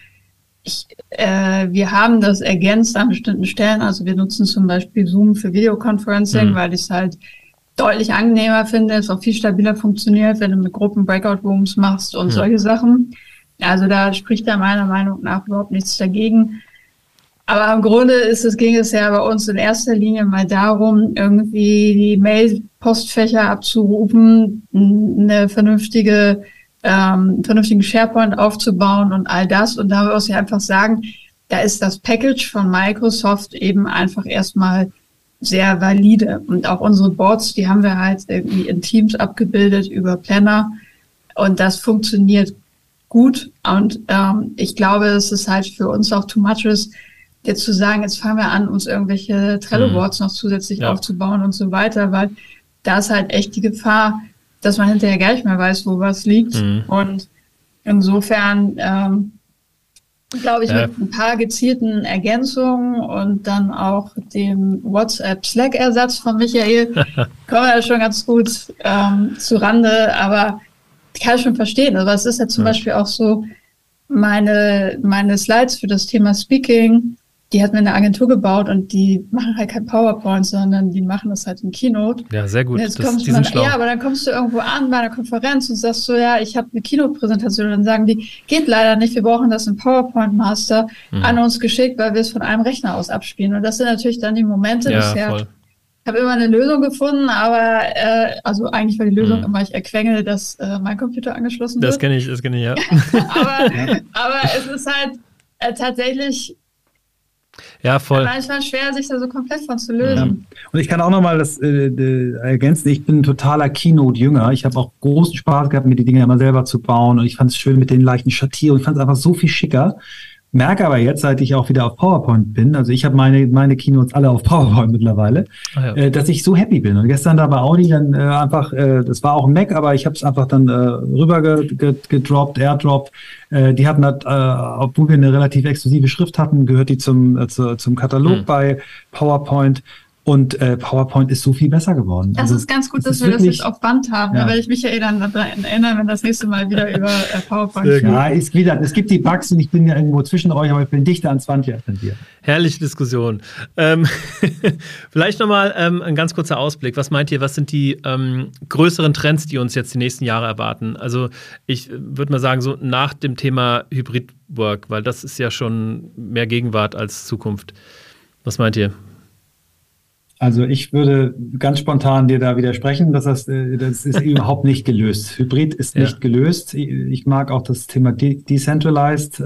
wir haben das ergänzt an bestimmten Stellen. Also wir nutzen zum Beispiel Zoom für Videoconferencing, weil ich es halt deutlich angenehmer finde, es auch viel stabiler funktioniert, wenn du mit Gruppen Breakout-Rooms machst und solche Sachen. Also da spricht da meiner Meinung nach überhaupt nichts dagegen. Aber im Grunde ging es ja bei uns in erster Linie mal darum, irgendwie die Mail-Postfächer abzurufen, eine vernünftigen SharePoint aufzubauen und all das. Und da muss ich einfach sagen, da ist das Package von Microsoft eben einfach erstmal sehr valide. Und auch unsere Boards, die haben wir halt irgendwie in Teams abgebildet über Planner. Und das funktioniert gut. Und ich glaube, es ist halt für uns auch too much ist, jetzt zu sagen, jetzt fangen wir an, uns irgendwelche Trello-Boards noch zusätzlich aufzubauen und so weiter, weil da ist halt echt die Gefahr, dass man hinterher gar nicht mehr weiß, wo was liegt. Und insofern, glaube ich, mit ein paar gezielten Ergänzungen und dann auch dem WhatsApp-Slack-Ersatz von Michael kommen wir ja schon ganz gut zu Rande, aber ich kann schon verstehen. Also es ist ja zum Beispiel auch so, meine Slides für das Thema Speaking, die hat mir eine Agentur gebaut und die machen halt kein PowerPoint, sondern die machen das halt in Keynote. Ja, sehr gut. Die sind schlau. Ja, aber dann kommst du irgendwo an bei einer Konferenz und sagst so, ja, ich habe eine Keynote-Präsentation. Und dann sagen die, geht leider nicht, wir brauchen das im PowerPoint-Master an uns geschickt, weil wir es von einem Rechner aus abspielen. Und das sind natürlich dann die Momente, habe immer eine Lösung gefunden, aber also eigentlich war die Lösung immer, ich erquengel, dass mein Computer angeschlossen wird. Das kenne ich, ja. aber es ist halt tatsächlich manchmal schwer, sich da so komplett von zu lösen. Ja. Und ich kann auch nochmal das ergänzen, ich bin ein totaler Keynote-Jünger. Ich habe auch großen Spaß gehabt, mir die Dinge immer selber zu bauen und ich fand es schön mit den leichten Schattierungen. Ich fand es einfach so viel schicker. Merke aber jetzt, seit ich auch wieder auf PowerPoint bin, also ich habe meine Keynotes alle auf PowerPoint mittlerweile, dass ich so happy bin. Und gestern da bei Audi dann das war auch ein Mac, aber ich habe es einfach dann rüber gedroppt, airdroppt. Die hatten halt, obwohl wir eine relativ exklusive Schrift hatten, gehört die zum Katalog bei PowerPoint. Und PowerPoint ist so viel besser geworden. Das ist ganz gut, dass wir das jetzt auf Band haben. Da werde ich mich ja dann daran erinnern, wenn das nächste Mal wieder über PowerPoint steht. Ja, es gibt die Bugs und ich bin ja irgendwo zwischen euch, aber ich bin dichter an 20 als an dir. Herrliche Diskussion. Vielleicht nochmal ein ganz kurzer Ausblick. Was meint ihr, was sind die größeren Trends, die uns jetzt die nächsten Jahre erwarten? Also ich würde mal sagen, so nach dem Thema Hybrid-Work, weil das ist ja schon mehr Gegenwart als Zukunft. Was meint ihr? Also ich würde ganz spontan dir da widersprechen, dass das ist überhaupt nicht gelöst. Hybrid ist nicht gelöst. Ich mag auch das Thema Decentralized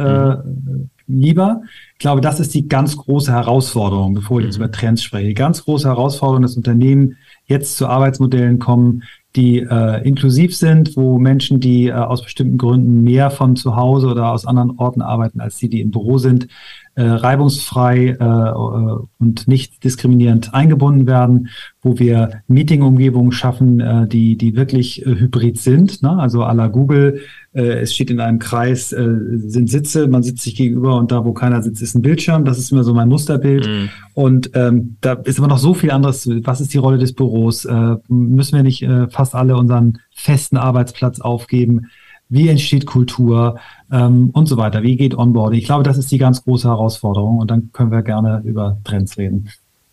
lieber. Ich glaube, das ist die ganz große Herausforderung, bevor ich jetzt über Trends spreche. Die ganz große Herausforderung, dass Unternehmen jetzt zu Arbeitsmodellen kommen, die inklusiv sind, wo Menschen, die aus bestimmten Gründen mehr von zu Hause oder aus anderen Orten arbeiten, als die im Büro sind, reibungsfrei und nicht diskriminierend eingebunden werden, wo wir Meeting-Umgebungen schaffen, die wirklich hybrid sind, ne? Also à la Google, es steht in einem Kreis, sind Sitze, man sitzt sich gegenüber und da, wo keiner sitzt, ist ein Bildschirm. Das ist immer so mein Musterbild. Und da ist aber noch so viel anderes. Was ist die Rolle des Büros? Müssen wir nicht fast alle unseren festen Arbeitsplatz aufgeben? Wie entsteht Kultur und so weiter? Wie geht Onboarding? Ich glaube, das ist die ganz große Herausforderung und dann können wir gerne über Trends reden.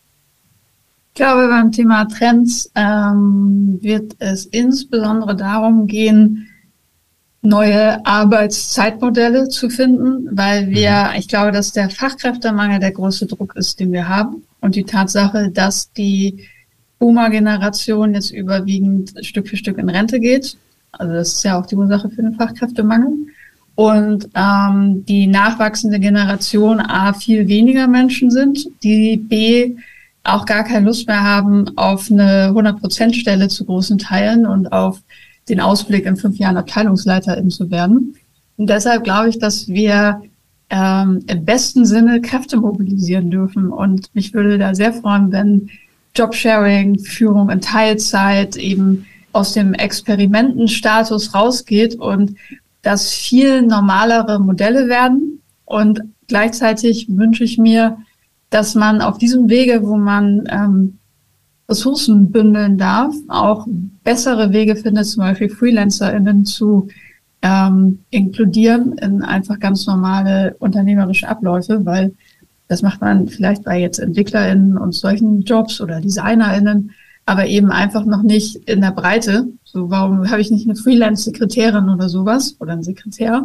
Ich glaube, beim Thema Trends wird es insbesondere darum gehen, neue Arbeitszeitmodelle zu finden, weil ich glaube, dass der Fachkräftemangel der größte Druck ist, den wir haben und die Tatsache, dass die Boomer-Generation jetzt überwiegend Stück für Stück in Rente geht. Also das ist ja auch die Ursache für den Fachkräftemangel. Und die nachwachsende Generation A viel weniger Menschen sind, die B auch gar keine Lust mehr haben auf eine 100%-Stelle zu großen Teilen und auf den Ausblick, in 5 Jahren Abteilungsleiterin zu werden. Und deshalb glaube ich, dass wir im besten Sinne Kräfte mobilisieren dürfen. Und mich würde da sehr freuen, wenn Jobsharing, Führung in Teilzeit eben aus dem Experimentenstatus rausgeht und dass viel normalere Modelle werden. Und gleichzeitig wünsche ich mir, dass man auf diesem Wege, wo man Ressourcen bündeln darf, auch bessere Wege findet, zum Beispiel FreelancerInnen zu inkludieren in einfach ganz normale unternehmerische Abläufe, weil das macht man vielleicht bei jetzt EntwicklerInnen und solchen Jobs oder DesignerInnen, aber eben einfach noch nicht in der Breite. So, warum habe ich nicht eine Freelance-Sekretärin oder sowas oder einen Sekretär?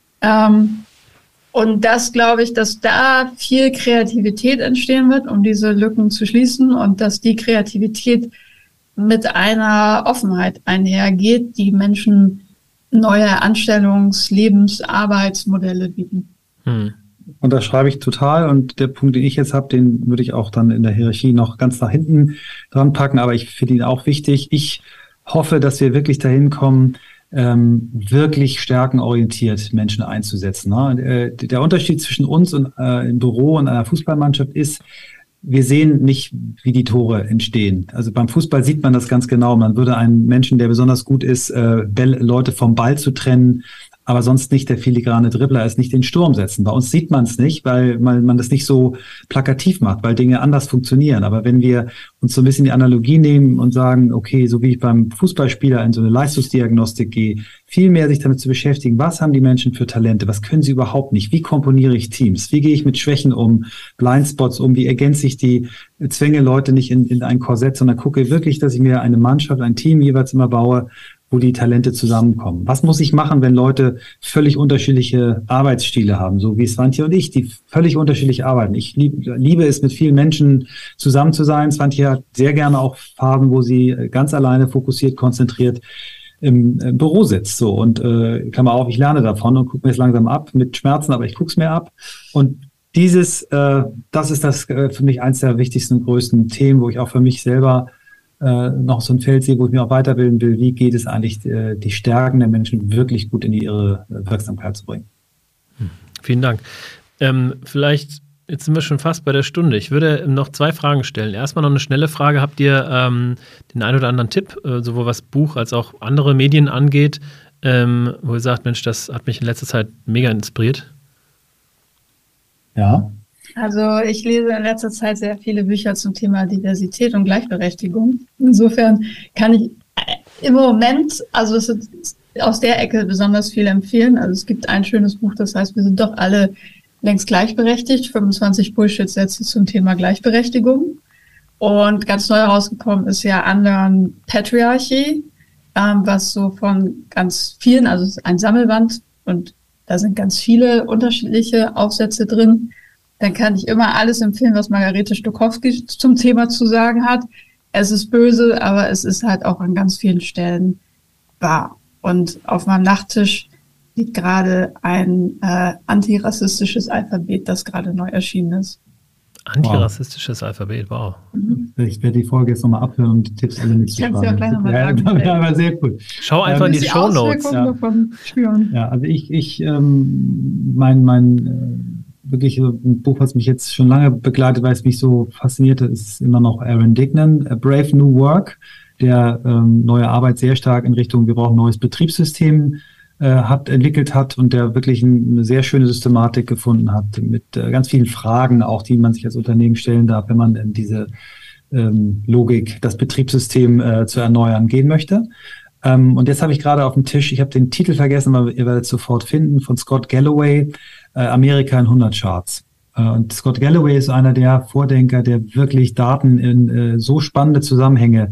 Und das glaube ich, dass da viel Kreativität entstehen wird, um diese Lücken zu schließen und dass die Kreativität mit einer Offenheit einhergeht, die Menschen neue Anstellungs-, Lebens-, Arbeitsmodelle bieten. Und das schreibe ich total. Und der Punkt, den ich jetzt habe, den würde ich auch dann in der Hierarchie noch ganz nach hinten dran packen. Aber ich finde ihn auch wichtig. Ich hoffe, dass wir wirklich dahin kommen, wirklich stärkenorientiert Menschen einzusetzen. Ne? Der Unterschied zwischen uns und im Büro und einer Fußballmannschaft ist, wir sehen nicht, wie die Tore entstehen. Also beim Fußball sieht man das ganz genau. Man würde einen Menschen, der besonders gut ist, Leute vom Ball zu trennen, aber sonst nicht der filigrane Dribbler ist, nicht den Sturm setzen. Bei uns sieht man es nicht, weil man das nicht so plakativ macht, weil Dinge anders funktionieren. Aber wenn wir uns so ein bisschen die Analogie nehmen und sagen, okay, so wie ich beim Fußballspieler in so eine Leistungsdiagnostik gehe, viel mehr sich damit zu beschäftigen, was haben die Menschen für Talente, was können sie überhaupt nicht, wie komponiere ich Teams, wie gehe ich mit Schwächen um, Blindspots um, wie ergänze ich die, zwänge Leute nicht in ein Korsett, sondern gucke wirklich, dass ich mir eine Mannschaft, ein Team jeweils immer baue, wo die Talente zusammenkommen. Was muss ich machen, wenn Leute völlig unterschiedliche Arbeitsstile haben, so wie Svante und ich, die völlig unterschiedlich arbeiten. Ich liebe es, mit vielen Menschen zusammen zu sein. Svante hat sehr gerne auch Phasen, wo sie ganz alleine fokussiert, konzentriert im Büro sitzt. So und Klammer auf, ich lerne davon und gucke mir es langsam ab, mit Schmerzen, aber ich gucke es mir ab. Und das ist das für mich eins der wichtigsten und größten Themen, wo ich auch für mich selber noch so ein Feld sehe, wo ich mich auch weiterbilden will. Wie geht es eigentlich, die Stärken der Menschen wirklich gut in ihre Wirksamkeit zu bringen? Vielen Dank. Vielleicht, jetzt sind wir schon fast bei der Stunde. Ich würde noch 2 Fragen stellen. Erstmal noch eine schnelle Frage. Habt ihr den einen oder anderen Tipp, sowohl was Buch als auch andere Medien angeht, wo ihr sagt, Mensch, das hat mich in letzter Zeit mega inspiriert? Ja. Also ich lese in letzter Zeit sehr viele Bücher zum Thema Diversität und Gleichberechtigung. Insofern kann ich im Moment, also es ist aus der Ecke besonders viel empfehlen. Also es gibt ein schönes Buch, das heißt, wir sind doch alle längst gleichberechtigt. 25 Bullshit-Sätze zum Thema Gleichberechtigung. Und ganz neu herausgekommen ist ja Unlearn Patriarchy, was so von ganz vielen, also es ist ein Sammelband und da sind ganz viele unterschiedliche Aufsätze drin. Dann kann ich immer alles empfehlen, was Margarete Stokowski zum Thema zu sagen hat. Es ist böse, aber es ist halt auch an ganz vielen Stellen wahr. Und auf meinem Nachttisch liegt gerade ein antirassistisches Alphabet, das gerade neu erschienen ist. Antirassistisches Alphabet, wow. Ich werde die Folge jetzt nochmal abhören und die Tipps alle mitzuschreiben. Ich kann es ja auch gleich nochmal sagen. Ja, aber sehr cool. Schau einfach in die Shownotes. Davon spüren. Ja, also mein wirklich ein Buch, was mich jetzt schon lange begleitet, weil es mich so faszinierte, ist immer noch Aaron Dignan, A Brave New Work, der neue Arbeit sehr stark in Richtung, wir brauchen ein neues Betriebssystem entwickelt hat und der wirklich eine sehr schöne Systematik gefunden hat mit ganz vielen Fragen auch, die man sich als Unternehmen stellen darf, wenn man in diese Logik, das Betriebssystem zu erneuern gehen möchte. Und jetzt habe ich gerade auf dem Tisch, ich habe den Titel vergessen, aber ihr werdet es sofort finden, von Scott Galloway, Amerika in 100 Charts. Und Scott Galloway ist einer der Vordenker, der wirklich Daten in so spannende Zusammenhänge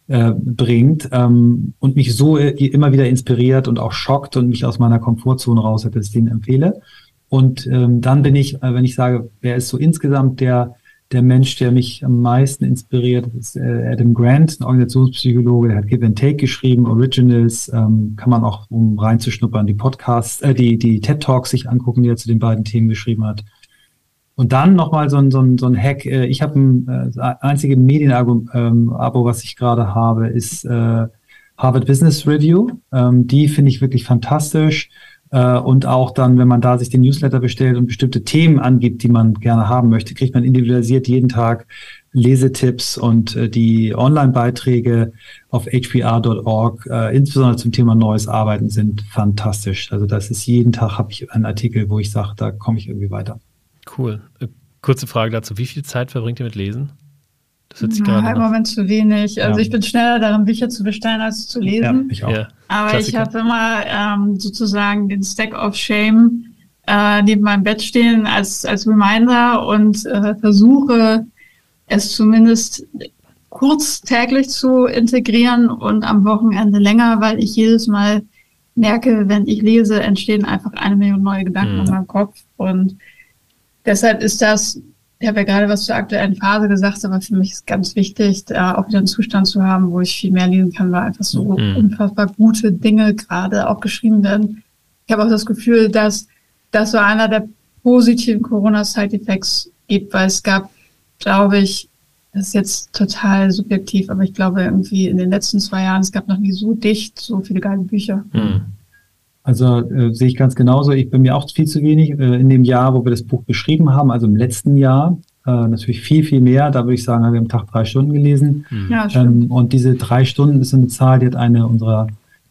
bringt und mich so immer wieder inspiriert und auch schockt und mich aus meiner Komfortzone raus hat, dass ich den empfehle. Und dann bin ich, wenn ich sage, wer ist so insgesamt der Mensch, der mich am meisten inspiriert, ist Adam Grant, ein Organisationspsychologe, der hat Give and Take geschrieben, Originals, kann man auch, um reinzuschnuppern, die Podcasts, die TED Talks sich angucken, die er zu den beiden Themen geschrieben hat. Und dann nochmal so ein Hack. Ich habe das einzige Medienabo, was ich gerade habe, ist Harvard Business Review. Die finde ich wirklich fantastisch. Und auch dann, wenn man da sich den Newsletter bestellt und bestimmte Themen angibt, die man gerne haben möchte, kriegt man individualisiert jeden Tag Lesetipps und die Online-Beiträge auf hpr.org, insbesondere zum Thema neues Arbeiten, sind fantastisch. Also das ist jeden Tag habe ich einen Artikel, wo ich sage, da komme ich irgendwie weiter. Cool. Kurze Frage dazu. Wie viel Zeit verbringt ihr mit Lesen? Das hört sich gerade im Moment zu wenig. Also ich bin schneller daran, Bücher zu bestellen, als zu lesen. Ja, ich auch. Ja. Aber Klassiker. ich habe immer sozusagen den Stack of Shame neben meinem Bett stehen als Reminder und versuche es zumindest kurz täglich zu integrieren und am Wochenende länger, weil ich jedes Mal merke, wenn ich lese, entstehen einfach 1 Million neue Gedanken in meinem Kopf. Und deshalb ist das, ich habe ja gerade was zur aktuellen Phase gesagt, aber für mich ist ganz wichtig, da auch wieder einen Zustand zu haben, wo ich viel mehr lesen kann, weil einfach so unfassbar gute Dinge gerade auch geschrieben werden. Ich habe auch das Gefühl, dass das so einer der positiven Corona-Side-Effects gibt, weil es gab, glaube ich, das ist jetzt total subjektiv, aber ich glaube irgendwie in den letzten 2 Jahren, es gab noch nie so dicht so viele geile Bücher. Also sehe ich ganz genauso. Bei mir auch viel zu wenig. In dem Jahr, wo wir das Buch geschrieben haben, also im letzten Jahr, natürlich viel, viel mehr. Da würde ich sagen, haben wir am Tag 3 Stunden gelesen. Ja, stimmt. Und diese 3 Stunden ist eine Zahl, die hat eine unserer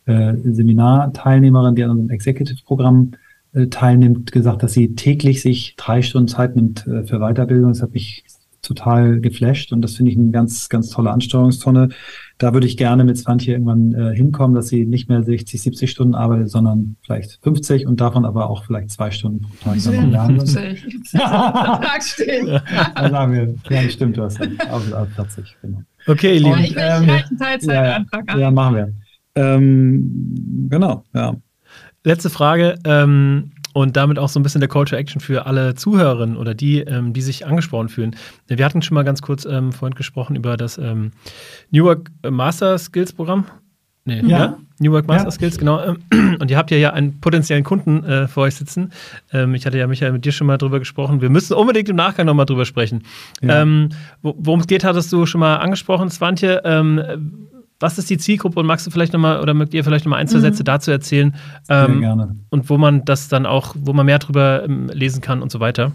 Seminarteilnehmerinnen, die an unserem Executive-Programm teilnimmt, gesagt, dass sie täglich sich 3 Stunden Zeit nimmt für Weiterbildung. Das hat mich total geflasht und das finde ich eine ganz, ganz tolle Ansteuerungstonne. Da würde ich gerne mit Svante irgendwann hinkommen, dass sie nicht mehr 60, 70 Stunden arbeitet, sondern vielleicht 50 und davon aber auch vielleicht 2 Stunden pro Tag. 50. Vertrag stehen. Dann sagen wir, ja, stimmt, du hast auf 40, genau. Okay, Und lieben. ich will einen Teilzeitantrag an. Ja, machen wir. Genau, ja. Letzte Frage, und damit auch so ein bisschen der Call to Action für alle Zuhörerinnen oder die sich angesprochen fühlen. Wir hatten schon mal ganz kurz vorhin gesprochen über das New Work Master Skills Programm. Nee, ja. New Work Master Skills, genau. Und ihr habt ja einen potenziellen Kunden vor euch sitzen. Ich hatte ja, Michael, mit dir schon mal drüber gesprochen. Wir müssen unbedingt im Nachgang noch mal drüber sprechen. Ja. Worum es geht, hattest du schon mal angesprochen, Swantje. Was ist die Zielgruppe und magst du vielleicht nochmal oder mögt ihr vielleicht nochmal ein, zwei Sätze dazu erzählen? Sehr gerne. Und wo man das dann auch, wo man mehr drüber lesen kann und so weiter?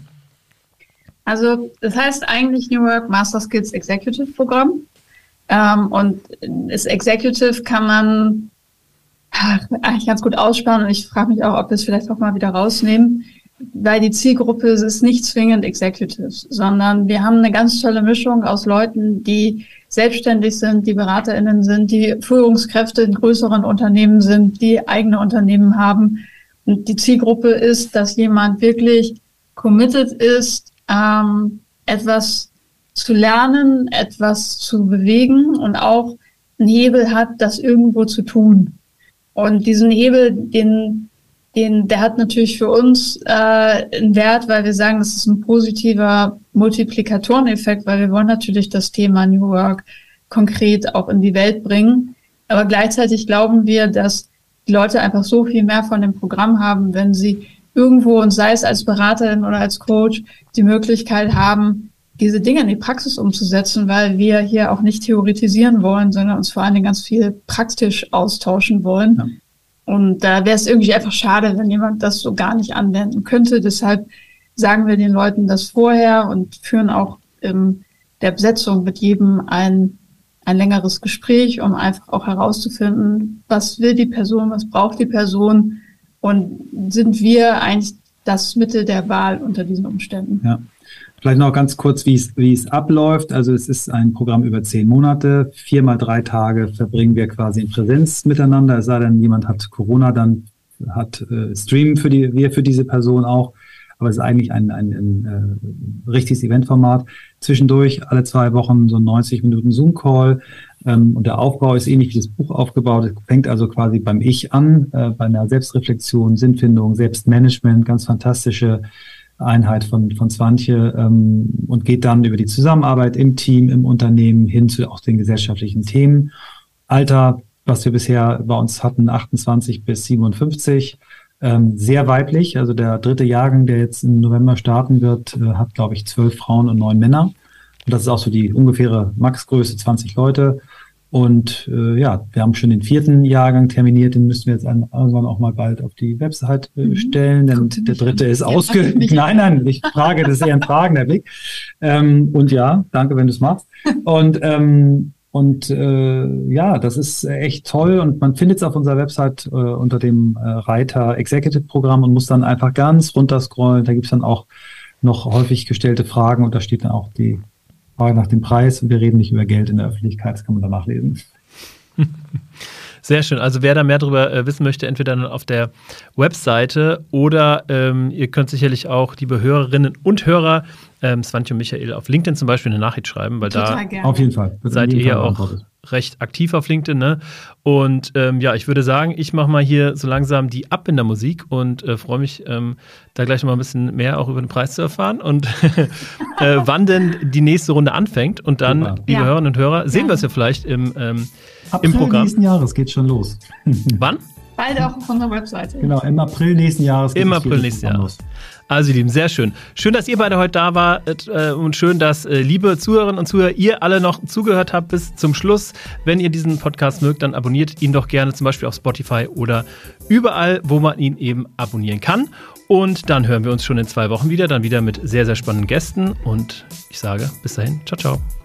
Also, das heißt eigentlich New Work Master Skills Executive Programm. Und das Executive kann man eigentlich ganz gut ausspannen. Und ich frage mich auch, ob wir es vielleicht auch mal wieder rausnehmen, weil die Zielgruppe ist nicht zwingend Executives, sondern wir haben eine ganz tolle Mischung aus Leuten, die selbstständig sind, die BeraterInnen sind, die Führungskräfte in größeren Unternehmen sind, die eigene Unternehmen haben. Und die Zielgruppe ist, dass jemand wirklich committed ist, etwas zu lernen, etwas zu bewegen und auch einen Hebel hat, das irgendwo zu tun. Und diesen Hebel, der hat natürlich für uns einen Wert, weil wir sagen, das ist ein positiver Multiplikatoreneffekt, weil wir wollen natürlich das Thema New Work konkret auch in die Welt bringen. Aber gleichzeitig glauben wir, dass die Leute einfach so viel mehr von dem Programm haben, wenn sie irgendwo, und sei es als Beraterin oder als Coach, die Möglichkeit haben, diese Dinge in die Praxis umzusetzen, weil wir hier auch nicht theoretisieren wollen, sondern uns vor allen Dingen ganz viel praktisch austauschen wollen. Ja. Und da wäre es irgendwie einfach schade, wenn jemand das so gar nicht anwenden könnte. Deshalb sagen wir den Leuten das vorher und führen auch in der Besetzung mit jedem ein längeres Gespräch, um einfach auch herauszufinden, was will die Person, was braucht die Person und sind wir eigentlich das Mittel der Wahl unter diesen Umständen. Ja. Vielleicht noch ganz kurz, wie es abläuft. Also es ist ein Programm über 10 Monate. 4 mal 3 Tage verbringen wir quasi in Präsenz miteinander. Es sei denn, jemand hat Corona, dann hat Stream wir für diese Person auch. Aber es ist eigentlich ein richtiges Eventformat. Zwischendurch alle 2 Wochen so 90 Minuten Zoom-Call. Und der Aufbau ist ähnlich wie das Buch aufgebaut. Es fängt also quasi beim Ich an, bei einer Selbstreflexion, Sinnfindung, Selbstmanagement, ganz fantastische Einheit von Swantje und geht dann über die Zusammenarbeit im Team, im Unternehmen hin zu auch den gesellschaftlichen Themen. Alter, was wir bisher bei uns hatten, 28 bis 57, sehr weiblich. Also der 3. Jahrgang, der jetzt im November starten wird, hat, glaube ich, 12 Frauen und 9 Männer. Und das ist auch so die ungefähre Maxgröße, 20 Leute. Und wir haben schon den 4. Jahrgang terminiert, den müssen wir jetzt irgendwann auch mal bald auf die Website stellen, denn der 3. ist ausgegangen. Nein, ich frage, das ist eher ein fragender Blick. Und ja, danke, wenn du es machst. Und das ist echt toll und man findet es auf unserer Website unter dem Reiter Executive Programm und muss dann einfach ganz runterscrollen. Da gibt es dann auch noch häufig gestellte Fragen und da steht dann auch die Frage nach dem Preis. Wir reden nicht über Geld in der Öffentlichkeit, das kann man danach lesen. Sehr schön. Also wer da mehr darüber wissen möchte, entweder dann auf der Webseite oder ihr könnt sicherlich auch, liebe Hörerinnen und Hörer, Swantje und Michael auf LinkedIn zum Beispiel eine Nachricht schreiben, weil total da gerne. Auf jeden Fall. Seid ihr ja auch recht aktiv auf LinkedIn, ne? Und ich würde sagen, ich mache mal hier so langsam die Abbindermusik und freue mich, da gleich noch mal ein bisschen mehr auch über den Preis zu erfahren und wann denn die nächste Runde anfängt. Und dann, liebe Hörerinnen und Hörer, sehen wir es ja vielleicht im Programm. Nächsten Jahres geht schon los. Wann? Bald auch auf unserer Webseite. Genau, im April nächsten Jahres. Im April nächsten Jahres. Also, ihr Lieben, sehr schön. Schön, dass ihr beide heute da wart und schön, dass, liebe Zuhörerinnen und Zuhörer, ihr alle noch zugehört habt bis zum Schluss. Wenn ihr diesen Podcast mögt, dann abonniert ihn doch gerne zum Beispiel auf Spotify oder überall, wo man ihn eben abonnieren kann. Und dann hören wir uns schon in 2 Wochen wieder, dann wieder mit sehr, sehr spannenden Gästen. Und ich sage bis dahin, ciao, ciao.